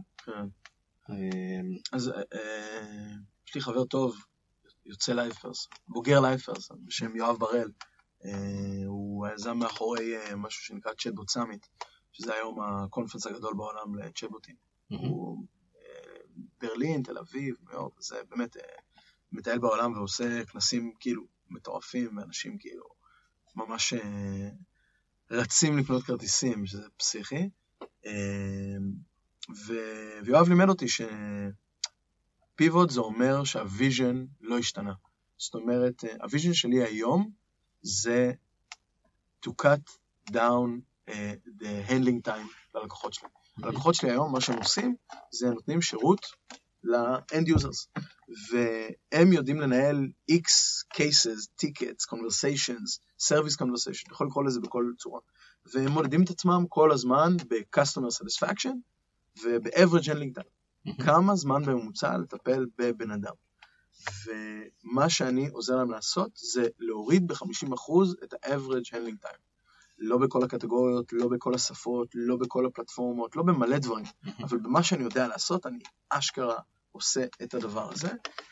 אז יש לי חבר טוב, יוצא לייפרס, בוגר לייפרס, בשם יואב בראל, הוא היזם מאחורי משהו שנקרא צ'טבוט סאמיט, שזה היום הקונפרנס הגדול בעולם לצ'טבוטים. הוא ברלין, תל אביב, ניו יורק, זה באמת מטייל בעולם ועושה כנסים כאילו מטורפים, ואנשים כאילו ממש רצים לקנות כרטיסים, שזה פסיכי. ויואב לימד אותי שפיבוט זה אומר שהוויז'ן לא השתנה. זאת אומרת, הוויז'ן שלי היום זה to cut down the handling time ללקוחות שלי. הלקוחות שלי היום, מה שהם עושים, זה נותנים שירות ל-end users. והם יודעים לנהל X cases, tickets, conversations, service conversation, אתה יכול לקרוא לזה בכל צורה. והם מודדים את עצמם כל הזמן ב-customer satisfaction וב-average handling time. כמה זמן בממוצע לטפל בבן אדם. ומה שאני עוזר להם לעשות זה להוריד ב-50% את ה-average handling time. לא בכל הקטגוריות, לא בכל השפות, לא בכל הפלטפורמות, לא במלא דברים. אבל במה שאני יודע לעשות, אני אשכרה עושה את הדבר הזה.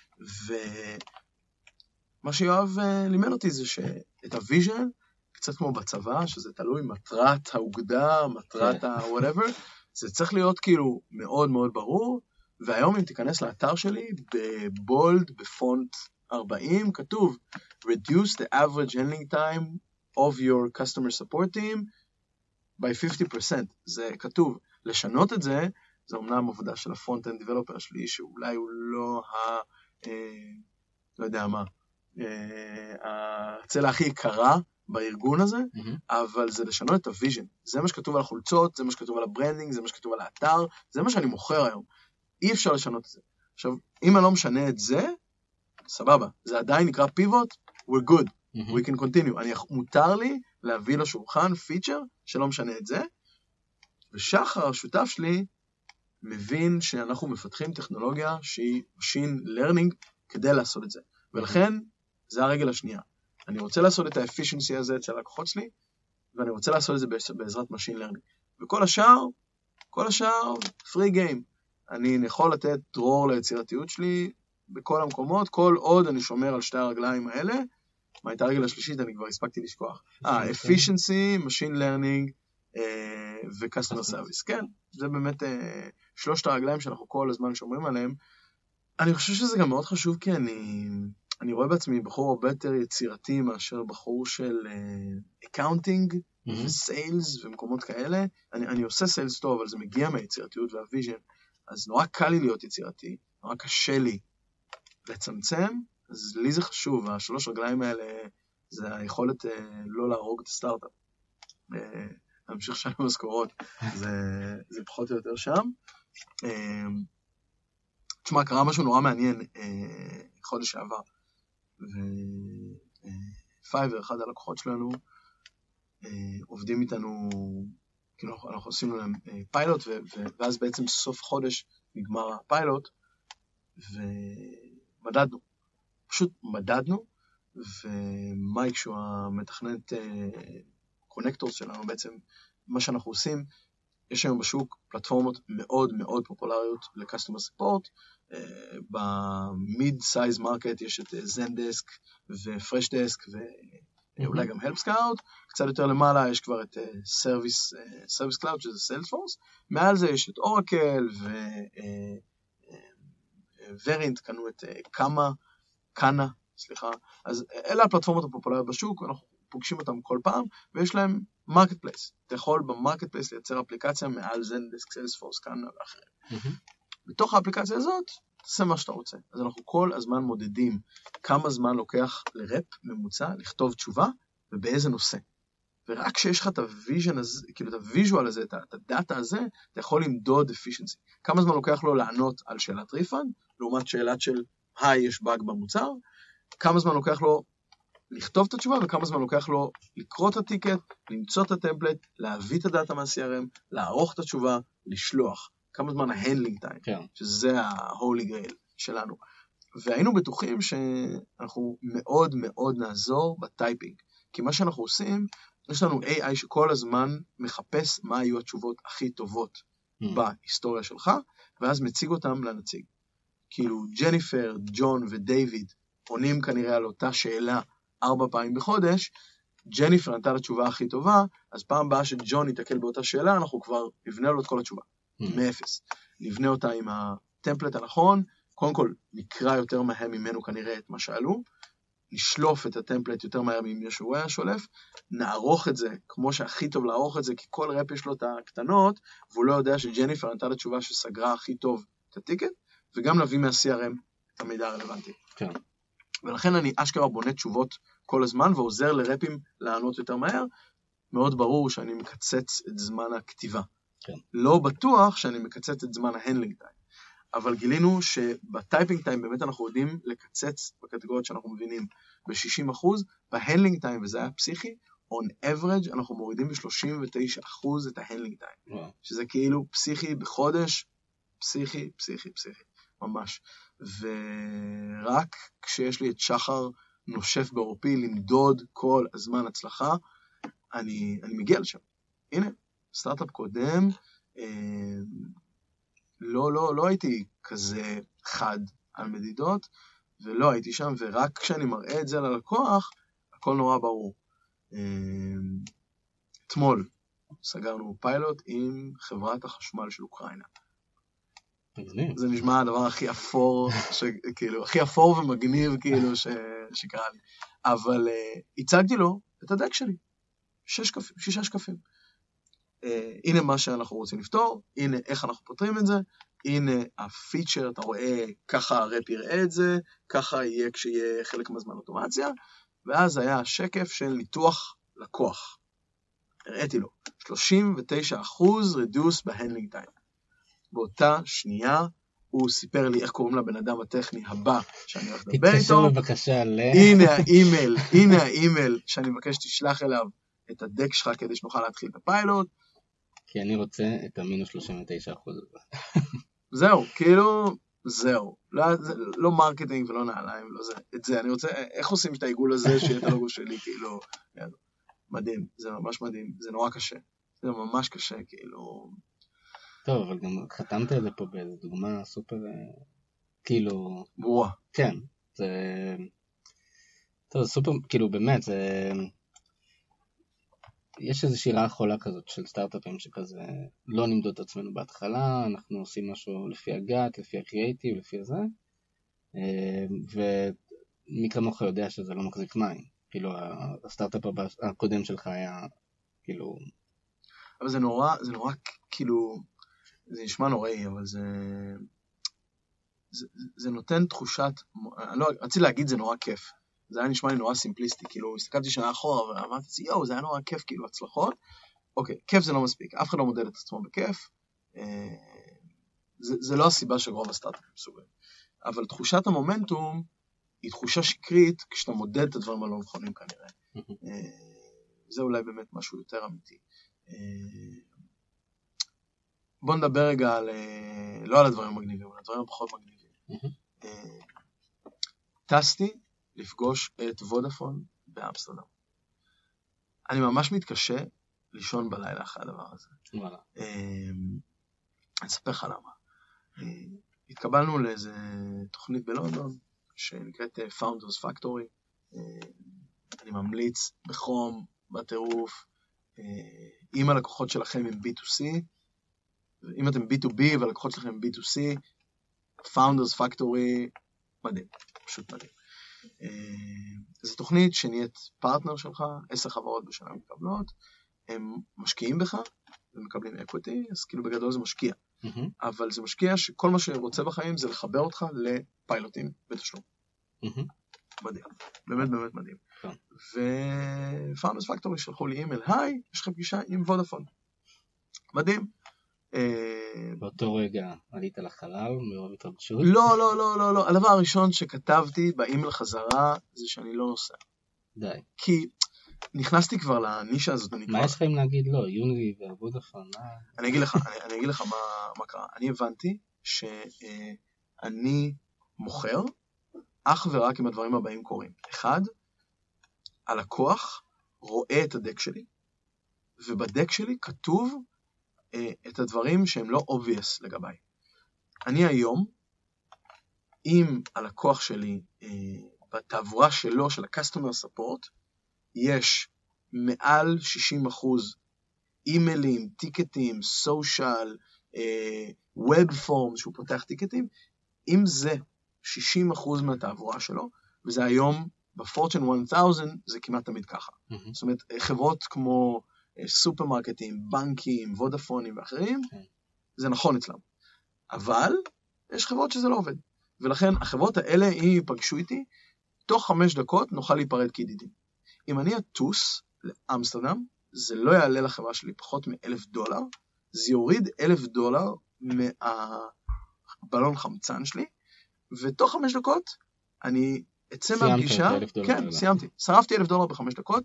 ומה שיואב לימד אותי זה שאת הוויז'ן, קצת כמו בצבא, שזה תלוי מטרת האוגדה, מטרת ה-whatever, זה צריך להיות כאילו מאוד מאוד ברור, והיום אם תיכנס לאתר שלי, בבולד, בפונט 40, כתוב, reduce the average handling time of your customer support team by 50%. זה כתוב. לשנות את זה, זה אומנם עבודה של הפרונט-אנד דיבלופר שלי, שאולי הוא לא לא יודע מה, הצלע הכי יקרה בארגון הזה, אבל זה לשנות את הוויז'ן. זה מה שכתוב על החולצות, זה מה שכתוב על הברנדינג, זה מה שכתוב על האתר, זה מה שאני מוכר היום. אי אפשר לשנות את זה. עכשיו, אם אני לא משנה את זה, סבבה. זה עדיין נקרא פיבוט, we're good. We can continue. מותר לי להביא לשולחן פיצ'ר שלא משנה את זה, ושחר, השותף שלי, מבין שאנחנו מפתחים טכנולוגיה שהיא Machine Learning כדי לעשות את זה. ולכן, זה הרגל השנייה. אני רוצה לעשות את ה-efficiency הזה אצל הלקוחות שלי, ואני רוצה לעשות את זה בעזרת Machine Learning. וכל השאר, free game. אני יכול לתת דרור ליצירתיות שלי בכל המקומות, כל עוד אני שומר על 2 הרגליים האלה, מה הייתה הרגל השלישית, אני כבר הספקתי לשכוח. efficiency, Machine Learning ו-Customer Service. כן, זה באמת 3 הרגליים שאנחנו כל הזמן שומרים עליהם. אני חושב שזה גם מאוד חשוב, כי אני רואה בעצמי בחור הרבה יותר יצירתי מאשר בחור של אקאונטינג וסיילס ומקומות כאלה. אני עושה סיילס טוב, אבל זה מגיע מהיצירתיות והוויז'ן, אז נורא קל לי להיות יצירתי, נורא קשה לי לצמצם, אז לי זה חשוב, השלוש רגליים האלה, זה היכולת לא להרוג את הסטארט-אפ. להמשיך שנים משכורות, זה פחות או יותר שם. תשמע, קרה משהו נורא מעניין חודש שעבר, ופייבר, אחד הלקוחות שלנו, עובדים איתנו, כאילו אנחנו עשינו להם פיילוט, ואז בעצם סוף חודש נגמר הפיילוט, ומדדנו, פשוט מדדנו, ומייק שהוא המתכנת קונקטורס שלנו, בעצם מה שאנחנו עושים, יש היום בשוק פלטפורמות מאוד מאוד פופולריות לקסטומר ספורט, במיד סייז מרקט יש את זנדסק ופרשדסק ואולי גם הלפ סקאוט, קצת יותר למעלה יש כבר את סרוויס קלאוד שזה סיילספורס, מעל זה יש את אורקל ווורינט, קנו את קאנה, אז אלה הפלטפורמות הפופולריות בשוק, אנחנו פוגשים אותם כל פעם, ויש להם מרקט פלייס. אתה יכול במרקט פלייס לייצר אפליקציה מעל זנדסק, סיילספורס, קאנה ואחרים. בתוך האפליקציה הזאת, תעשה מה שאתה רוצה. אז אנחנו כל הזמן מודדים כמה זמן לוקח לרפ ממוצע, לכתוב תשובה, ובאיזה נושא. ורק כשיש לך את הוויז'ן הזה, כאילו את הוויז'ואל הזה, את הדאטה הזה, אתה יכול למדוד efficiency. כמה זמן לוקח לו לענות על שאלת ריפאנד, לעומת שאלת של, יש באג במוצר, כמה זמן לוקח לו לכתוב את התשובה, וכמה זמן לוקח לו לקרוא את הטיקט, למצוא את הטמפלט, להביא את הדאטה מה-CRM, לערוך את התשובה, לשלוח. כמה זמן ההנדלינג טיים, שזה ה-holy grail שלנו. והיינו בטוחים שאנחנו מאוד מאוד נעזור בטייפינג. כי מה שאנחנו עושים, יש לנו AI שכל הזמן מחפש מה היו התשובות הכי טובות בהיסטוריה שלך, ואז מציג אותם לנציג. כאילו ג'ניפר, ג'ון ודייוויד עונים כנראה על אותה שאלה 4 פעמים בחודש, ג'ניפר נתנה לתשובה הכי טובה, אז פעם הבאה שג'ון יתקל באותה שאלה, אנחנו כבר נבנה לו את כל התשובה, מאפס. נבנה אותה עם הטמפלט הנכון, קודם כל נקרא יותר מהר ממנו כנראה את מה שאלו, נשלוף את הטמפלט יותר מהר ממה שהוא היה שולף, נערוך את זה כמו שהכי טוב לערוך את זה, כי כל רפ יש לו את הקטנות, והוא לא יודע שג'ניפר נתנה לתשובה שסגרה הכי טוב את הטיקט, וגם נביא מה-CRM את המידע הרלוונטי. כן. ולכן אני אשכרה בונה תשובות כל הזמן, ועוזר לרפים לענות יותר מהר, מאוד ברור שאני מקצץ את זמן הכתיבה. כן. לא בטוח שאני מקצץ את זמן ההנדלינג טיים. אבל גילינו שבטייפינג טיים באמת אנחנו יודעים לקצץ בקטגוריות שאנחנו מבינים ב-60%, בהנדלינג טיים, וזה היה פסיכי, on average אנחנו מורידים ב-39% את ההנדלינג טיים. שזה כאילו פסיכי בחודש, פסיכי, ממש. ורק כשיש לי את שחר נושף בעורפי למדוד כל הזמן הצלחה, אני מגיע לשם. הנה, סטארט-אפ קודם, לא הייתי כזה חד על מדידות, ולא הייתי שם, ורק כשאני מראה את זה ללקוח, הכל נורא ברור. אתמול סגרנו פיילוט עם חברת החשמל של אוקראינה. זה נשמע הדבר הכי אפור, כאילו, הכי אפור ומגניב, כאילו, שקרה לי. אבל הצגתי לו את הדק שלי. 6 שקפים. הנה מה שאנחנו רוצים לפתור, הנה איך אנחנו פותרים את זה, הנה הפיצ'ר, אתה רואה, ככה הרפ יראה את זה, ככה יהיה כשיהיה חלק מהזמן אוטומציה, ואז היה שקף של ניתוח לקוח. הראיתי לו, 39% reduce בהנדלינג טיים. באותה שנייה, הוא סיפר לי איך קוראים לבן אדם הטכני הבא שאני הולך לדבר איתו. תתקשר בבקשה הנה האימייל שאני מבקש תשלח אליו את הדק שלך כדי שנוכל להתחיל את הפיילוט. כי אני רוצה את המינוס 39% הזה. זהו, כאילו, זהו. לא מרקטינג ולא נעליים, לא זה. את זה, אני רוצה, איך עושים את העיגול הזה שיהיה את הלוגו שלי, כאילו, מדהים, זה ממש מדהים, זה נורא קשה. זה ממש קשה, כאילו... טוב, אבל גם חתמת את זה פה באיזו דוגמה סופר, כאילו... ברורה. כן, זה... טוב, זה סופר, כאילו באמת, זה... יש איזושהי רעה חולה כזאת של סטארט-אפים שכזה לא נמדוד את עצמנו בהתחלה, אנחנו עושים משהו לפי הגת, לפי הקריאייטיב, לפי זה, מי כמוך יודע שזה לא מחזיק מים. כאילו, הסטארט-אפ הקודם שלך היה, כאילו... אבל זה נורא, כאילו, זה נשמע נוראי, אבל זה נותן תחושת, לא, רציתי להגיד זה נורא כיף. זה היה נשמע לי נורא סימפליסטי, כאילו, הסתכלתי שנה אחורה, ואמרתי, זה היה נורא כיף, כאילו, הצלחות. אוקיי, כיף זה לא מספיק, אף אחד לא מודד את עצמו בכיף. זה לא הסיבה שרוב הסטארט-אפים סוגרים. אבל תחושת המומנטום היא תחושה שקרית כשאתה מודד את הדברים הלא נכונים כנראה. זה אולי באמת משהו יותר אמיתי. בוא נדבר רגע לא על הדברים המגניבים, על הדברים הפחות מגניבים. טסתי לפגוש את וודאפון באמסטרדם. אני ממש מתקשה לישון בלילה אחרי הדבר הזה. אני אספר לך למה. התקבלנו לאיזה תוכנית בלונדון, שנקראת Founders Factory. אני ממליץ בחום, בטירוף, אם הלקוחות שלכם הם B2C, אם אתם B2B והלקוחות שלכם הם B2C, Founders Factory, מדהים, פשוט מדהים. זו תוכנית שנהיית פרטנר שלך, 10 חברות בשנה מקבלות, הם משקיעים בך, ומקבלים אקוויטי, אז כאילו בגדול זה משקיע. אבל זה משקיע שכל מה שרוצה בחיים זה לחבר אותך לפיילוטים בתשלום. מדהים, באמת באמת מדהים. ו-Founders Factory שלחו לי אימייל, היי, יש לך פגישה עם וודאפון. מדהים. באותו רגע עלית לחלל, מרוב התרגשות? לא. הדבר הראשון שכתבתי באימייל חזרה זה שאני לא נוסע. די. כי נכנסתי כבר לנישה הזאת. מה יש לכם להגיד לא? יונילי וודאפון? אני אגיד לך מה קרה. אני הבנתי שאני מוכר אך ורק אם הדברים הבאים קורים. אחד, הלקוח רואה את הדק שלי, ובדק שלי כתוב את הדברים שהם לא obvious לגביי. אני היום, אם הלקוח שלי, בתעבורה שלו, של ה-customer support, יש מעל 60% אימיילים, טיקטים, סושיאל, ווב פורם, שהוא פותח טיקטים, אם זה 60% מהתעבורה שלו, וזה היום בפורצ'ן 1000, זה כמעט תמיד ככה. זאת אומרת, חברות כמו סופרמרקטים, בנקים, וודאפונים ואחרים, זה נכון אצלם. אבל יש חברות שזה לא עובד. ולכן החברות האלה, אם ייפגשו איתי, תוך 5 דקות נוכל להיפרד כידידים. אם אני אטוס לאמסטרדם, זה לא יעלה לחברה שלי פחות $1,000, זה יוריד $1,000 מהבלון חמצן שלי, ותוך 5 דקות אני אצא מהפגישה, כן, סיימתי, שרפתי $1,000 ב5 דקות,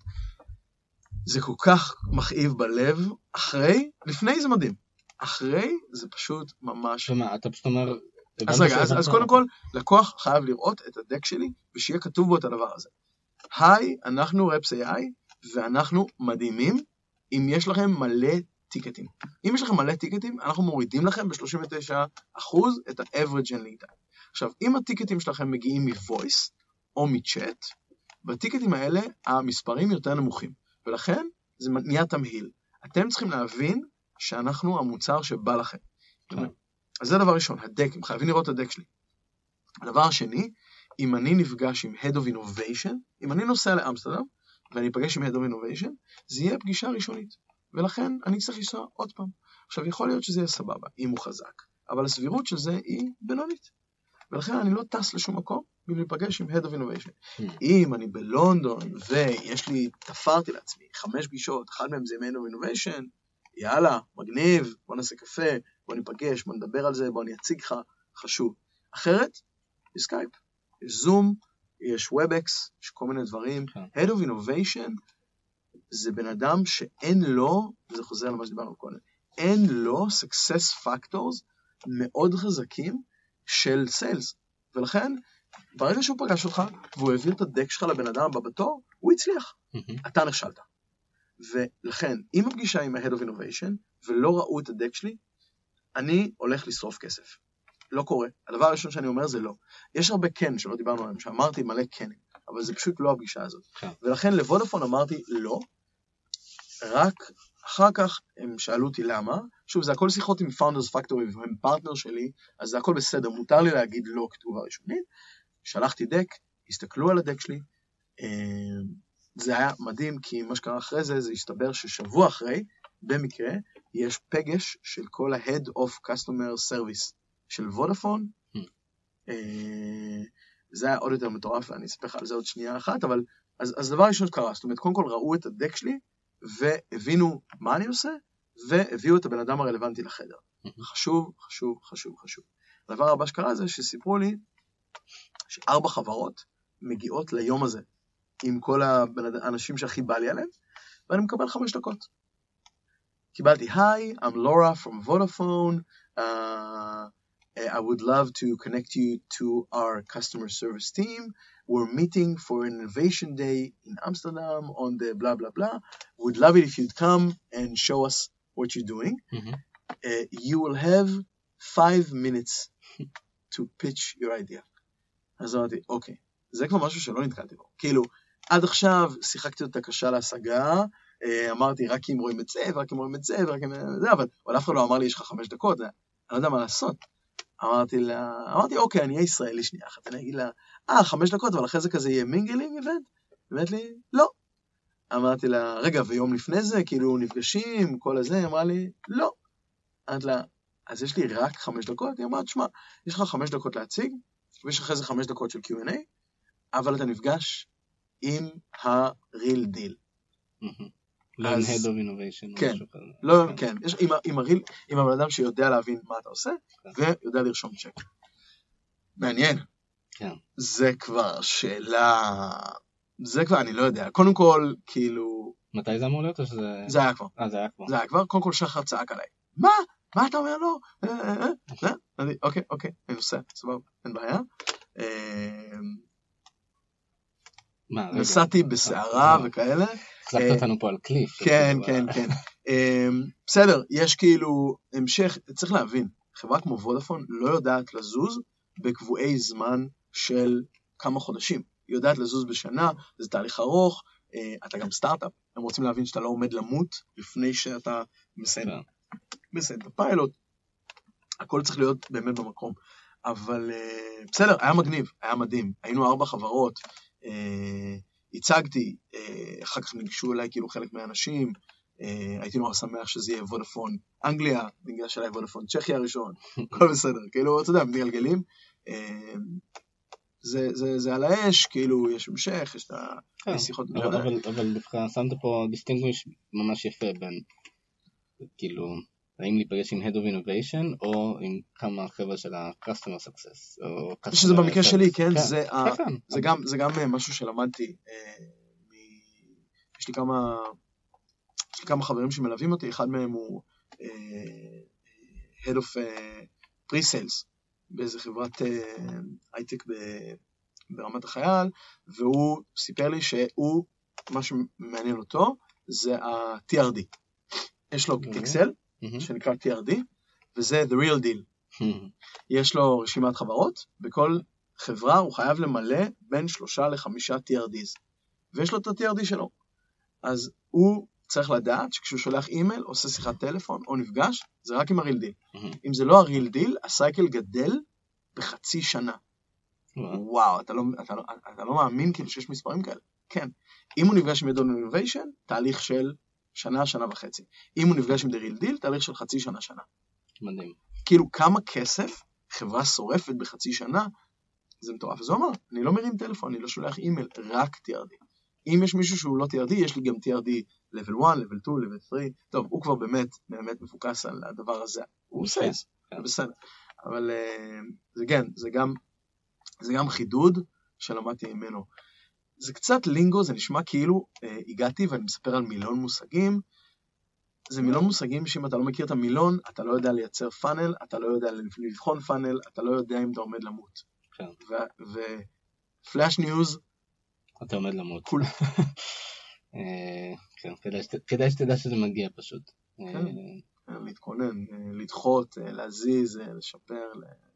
זה כל כך מכאיב בלב, לפני זה מדהים, אחרי זה פשוט ממש... שמה, אתה פשוט אומר... אז רגע, אז קודם כל, לקוח חייב לראות את הדק שלי, ושיהיה כתוב בו את הדבר הזה. היי, אנחנו רפס AI, ואנחנו מדהימים, אם יש לכם מלא טיקטים. אם יש לכם מלא טיקטים, אנחנו מורידים לכם ב-39% את ה-average and lead time. עכשיו, אם הטיקטים שלכם מגיעים מ-voice או מ-chat, בטיקטים האלה המספרים יותר נמוכים, ולכן זה נהיה תמהיל. אתם צריכים להבין שאנחנו המוצר שבא לכם. אז זה הדבר ראשון, הדק, הם חייבים לראות את הדק שלי. הדבר השני, אם אני נפגש עם Head of Innovation, אם אני נוסע לאמסטרדם, ואני אפגש עם Head of Innovation, זה יהיה פגישה ראשונית. ולכן אני צריך לנסוע עוד פעם. עכשיו, יכול להיות שזה יהיה סבבה, אם הוא חזק, אבל הסבירות של זה היא בינונית. ולכן אני לא טס לשום מקום, בלי להיפגש עם Head of Innovation. אם אני בלונדון, ויש לי, תפרתי לעצמי, 5 פגישות, אחד מהם זה עם Head of Innovation, יאללה, מגניב, בוא נעשה קפה, בוא ניפגש, בוא נדבר על זה, בוא אני אציג לך, חשוב. אחרת, יש סקייפ, יש זום, יש וובקס, יש כל מיני דברים. Head of Innovation זה בן אדם שאין לו, וזה חוזר למה שדיברנו קודם, אין לו success factors מאוד חזקים של סיילס. ולכן, ברגע שהוא פגש אותך, והוא העביר את הדק שלך לבן אדם הבא בתור, הוא הצליח. אתה נכשלת. ולכן, אם הפגישה עם ה-Head of Innovation, ולא ראו את הדק שלי, אני הולך לשרוף כסף. לא קורה. הדבר הראשון שאני אומר זה לא. יש הרבה כן שלא דיברנו עליהם, שאמרתי מלא כנים, אבל זה פשוט לא הפגישה הזאת. ולכן לוודאפון אמרתי לא, רק אחר כך הם שאלו אותי למה, שוב זה הכל שיחות עם Founders Factory, והם פרטנר שלי, אז זה הכל בסדר, מותר לי להגיד לא כתובה ראשונית, שלחתי דק, הסתכלו על הדק שלי, זה היה מדהים, כי מה שקרה אחרי זה, זה הסתבר ששבוע אחרי, במקרה, יש פגש של כל ה-Head of Customer Service של וודאפון, זה היה עוד יותר מטורף, ואני אספר לך על זה עוד שנייה אחת, אבל אז דבר ראשון שקרה, זאת אומרת, קודם כל ראו את הדק שלי, והבינו מה אני עושה, והביאו את הבן אדם הרלוונטי לחדר. חשוב, חשוב, חשוב, חשוב. הדבר הבא שקרה זה שסיפרו לי, ש4 חברות מגיעות ליום הזה, עם כל האנשים שהכי בא לי עליהם, ואני מקבל 5 דקות. קיבלתי, Hi, I'm Laura from Vodafone, I would love to connect you to our customer service team. We're meeting for an innovation day in Amsterdam on the blah, blah, blah. Would love it if you'd come and show us what you're doing. You will have 5 minutes to pitch your idea. אז אמרתי, אוקיי, זה כבר משהו שלא נתקלתי בו. כאילו, עד עכשיו שיחקתי אותה קשה להשגה, אמרתי, רק אם רואים את זה, ורק אם רואים את זה, ורק אם זה, אבל אף אחד לא אמר לי, יש לך 5 דקות, אני לא יודע מה לעשות. אמרתי, אוקיי, אני אהיה ישראלי שנייה אחת, אני אגיד לה, 5 דקות, אבל אחרי זה כזה יהיה מינגלינג איבנט? אמרת לי, לא. אמרתי לה, רגע, ויום לפני זה, כאילו נפגשים, כל הזה, היא אמרה לי, לא. אמרתי לה, אז יש לי רק 5 דקות? היא אמרת, שמע, יש לך 5 דקות להציג, ויש אחרי זה 5 דקות של Q&A, אבל אתה נפגש עם ה-real deal. לא עם Head of Innovation. כן, לא, כן, יש עם הבן אדם שיודע להבין מה אתה עושה, ויודע לרשום צ'ק. מעניין. כן. זה כבר שאלה, זה כבר, אני לא יודע. קודם כל, כאילו... מתי זה אמור להיות או שזה... זה היה כבר. זה היה כבר. זה היה כבר, קודם כל שחר צעק עליי. מה אתה אומר לו? אוקיי, אני נוסע, סבבה, אין בעיה. נסעתי בסערה וכאלה. החלפת אותנו פה על קליף. כן. בסדר, יש כאילו המשך, צריך להבין, חברה כמו וודאפון לא יודעת לזוז בקבועי זמן של כמה חודשים. היא יודעת לזוז בשנה, זה תהליך ארוך, אתה גם סטארט-אפ, הם רוצים להבין שאתה לא עומד למות לפני שאתה מסיים את הפיילוט, הכל צריך להיות באמת במקום. אבל בסדר, היה מגניב, היה מדהים, היינו 4 חברות, הצגתי, אחר כך ניגשו אליי כאילו חלק מהאנשים, הייתי נורא שמח שזה יהיה וודאפון אנגליה, ניגש אליי וודאפון צ'כיה הראשון, הכל בסדר, כאילו, אתה יודע, מתגלגלים, זה על האש, כאילו, יש המשך, יש את השיחות. אבל דווקא שמת פה דיסטינגוויש ממש יפה בין, כאילו, האם להיפגש עם Head of Innovation, או עם כמה חבר'ה של ה-Customer Success. שזה במקרה שלי, כן, זה גם משהו שלמדתי. יש לי כמה חברים שמלווים אותי, אחד מהם הוא Head of Pre-Sales, באיזה חברת הייטק ברמת החייל, והוא סיפר לי שהוא, מה שמעניין אותו, זה ה-TRD. יש לו אקסל, שנקרא TRD, וזה the real deal. יש לו רשימת חברות, בכל חברה הוא חייב למלא בין 3 ל-5 TRDs, ויש לו את ה-TRD שלו. אז הוא צריך לדעת שכשהוא שולח אימייל, עושה שיחת טלפון או נפגש, זה רק עם ה-real deal. אם זה לא ה-real deal, הסייקל גדל בחצי שנה. וואו, אתה לא מאמין כאילו שיש מספרים כאלה. כן. אם הוא נפגש עם Head of Innovation, תהליך של שנה וחצי. אם הוא נפגש עם the real deal, תהליך של חצי שנה. מדהים. כאילו כמה כסף חברה שורפת בחצי שנה, זה מטורף. אז הוא אמר, אני לא מרים טלפון, אני לא שולח אימייל, רק TRD. אם יש מישהו שהוא לא TRD, יש לי גם TRD level 1, level 2, level 3. טוב, הוא כבר באמת מפוקס על הדבר הזה. הוא עושה את זה, זה בסדר. אבל זה גם חידוד שלמדתי ממנו. זה קצת לינגו, זה נשמע כאילו הגעתי ואני מספר על מילון מושגים. זה מילון מושגים שאם אתה לא מכיר את המילון, אתה לא יודע לייצר פאנל, אתה לא יודע לבחון פאנל, אתה לא יודע אם אתה עומד למות. ופלאש ניוז, אתה עומד למות. כן, כדאי שתדע שזה מגיע פשוט. להתכונן, לדחות, להזיז, לשפר.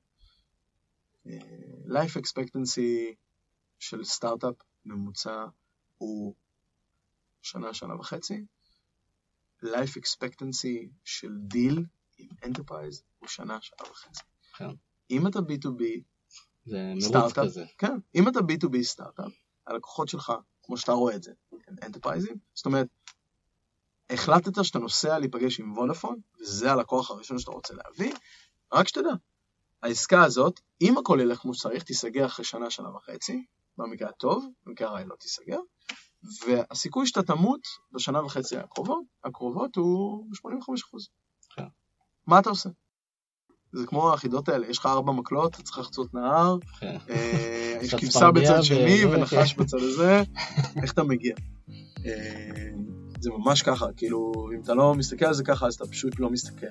life expectancy של סטארט-אפ ממוצע הוא שנה וחצי. life expectancy של דיל עם enterprise הוא שנה וחצי. אם אתה B2B, זה מרוץ כזה. כן, אם אתה B2B סטארט-אפ, הלקוחות שלך, כמו שאתה רואה את זה, הם אנטרפרייזים, זאת אומרת, החלטת שאתה נוסע להיפגש עם וודאפון, וזה הלקוח הראשון שאתה רוצה להביא, רק שתדע, העסקה הזאת, אם הכל ילך כמו שצריך, תיסגר אחרי שנה, שנה וחצי, במקרה הטוב, במקרה הרעי לא תיסגר, והסיכוי שאתה תמות בשנה וחצי הקרובות הוא 85%. מה אתה עושה? זה כמו החידות האלה, יש לך 4 מקלות, אתה צריך לחצות נהר, יש כבשה בצד שני ונחש בצד הזה, איך אתה מגיע? זה ממש ככה, כאילו, אם אתה לא מסתכל על זה ככה, אז אתה פשוט לא מסתכל.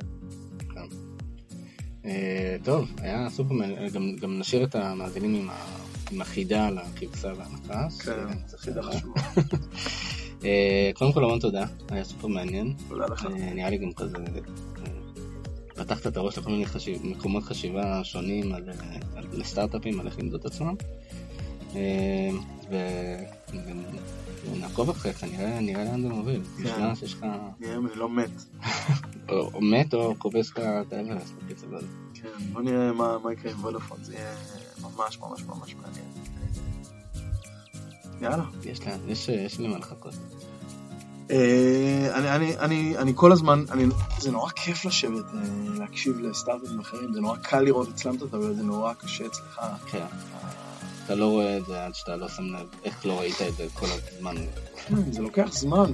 טוב, היה סופרמן, גם נשאיר את המאזינים עם החידה על הכבשה והנחש. כן, זה חידה חשובה. קודם כל, המון תודה, היה סופר מעניין. תודה לך. נראה לי גם כזה, פתחת את הראש לכל מיני מקומות חשיבה שונים לסטארט-אפים, על איך למדוד את עצמם. ונעקוב אחריך, נראה לאן זה מוביל. נשמע שיש לך... נראה אם אני לא מת. או מת או כובס את האברסט בקצב הזה. כן, בוא נראה מה יקרה עם וודאפון, זה יהיה ממש ממש ממש מעניין. יאללה. יש לי מה לחכות. אני כל הזמן, זה נורא כיף לשבת, להקשיב לסטארט-אפים אחרים, זה נורא קל לראות אצלם את הטעויות, זה נורא קשה אצלך. כן. אתה לא רואה את זה עד שאתה לא שם לב, איך לא ראית את זה כל הזמן. זה לוקח זמן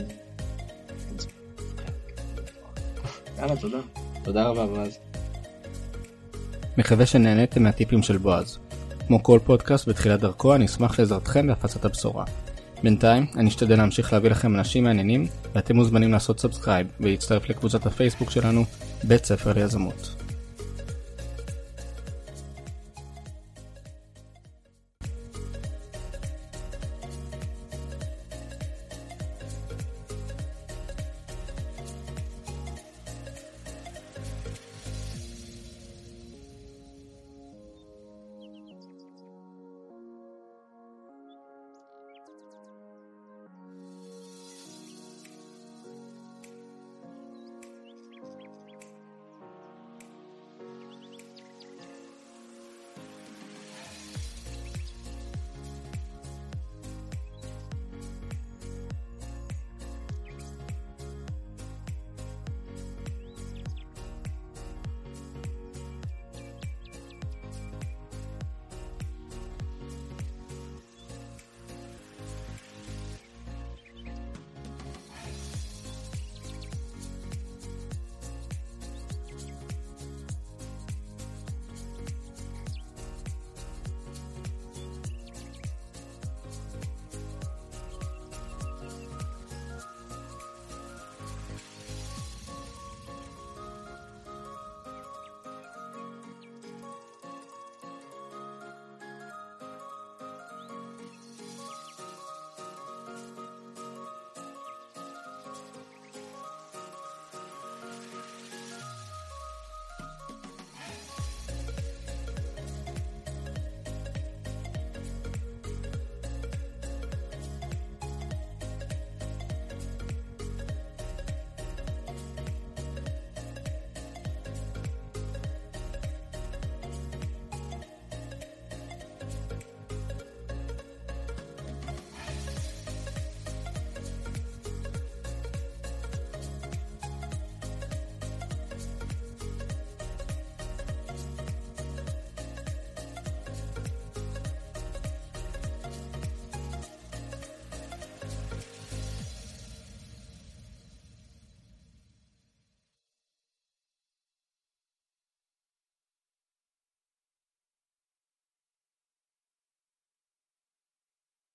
יאללה, תודה. תודה רבה, בועז. מקווה שנהניתם מהטיפים של בועז. כמו כל פודקאסט בתחילת דרכו, אני אשמח לעזרתכם בהפצת הבשורה. בינתיים, אני אשתדל להמשיך להביא לכם אנשים מעניינים, ואתם מוזמנים לעשות סאבסקרייב ולהצטרף לקבוצת הפייסבוק שלנו, בית ספר ליזמות.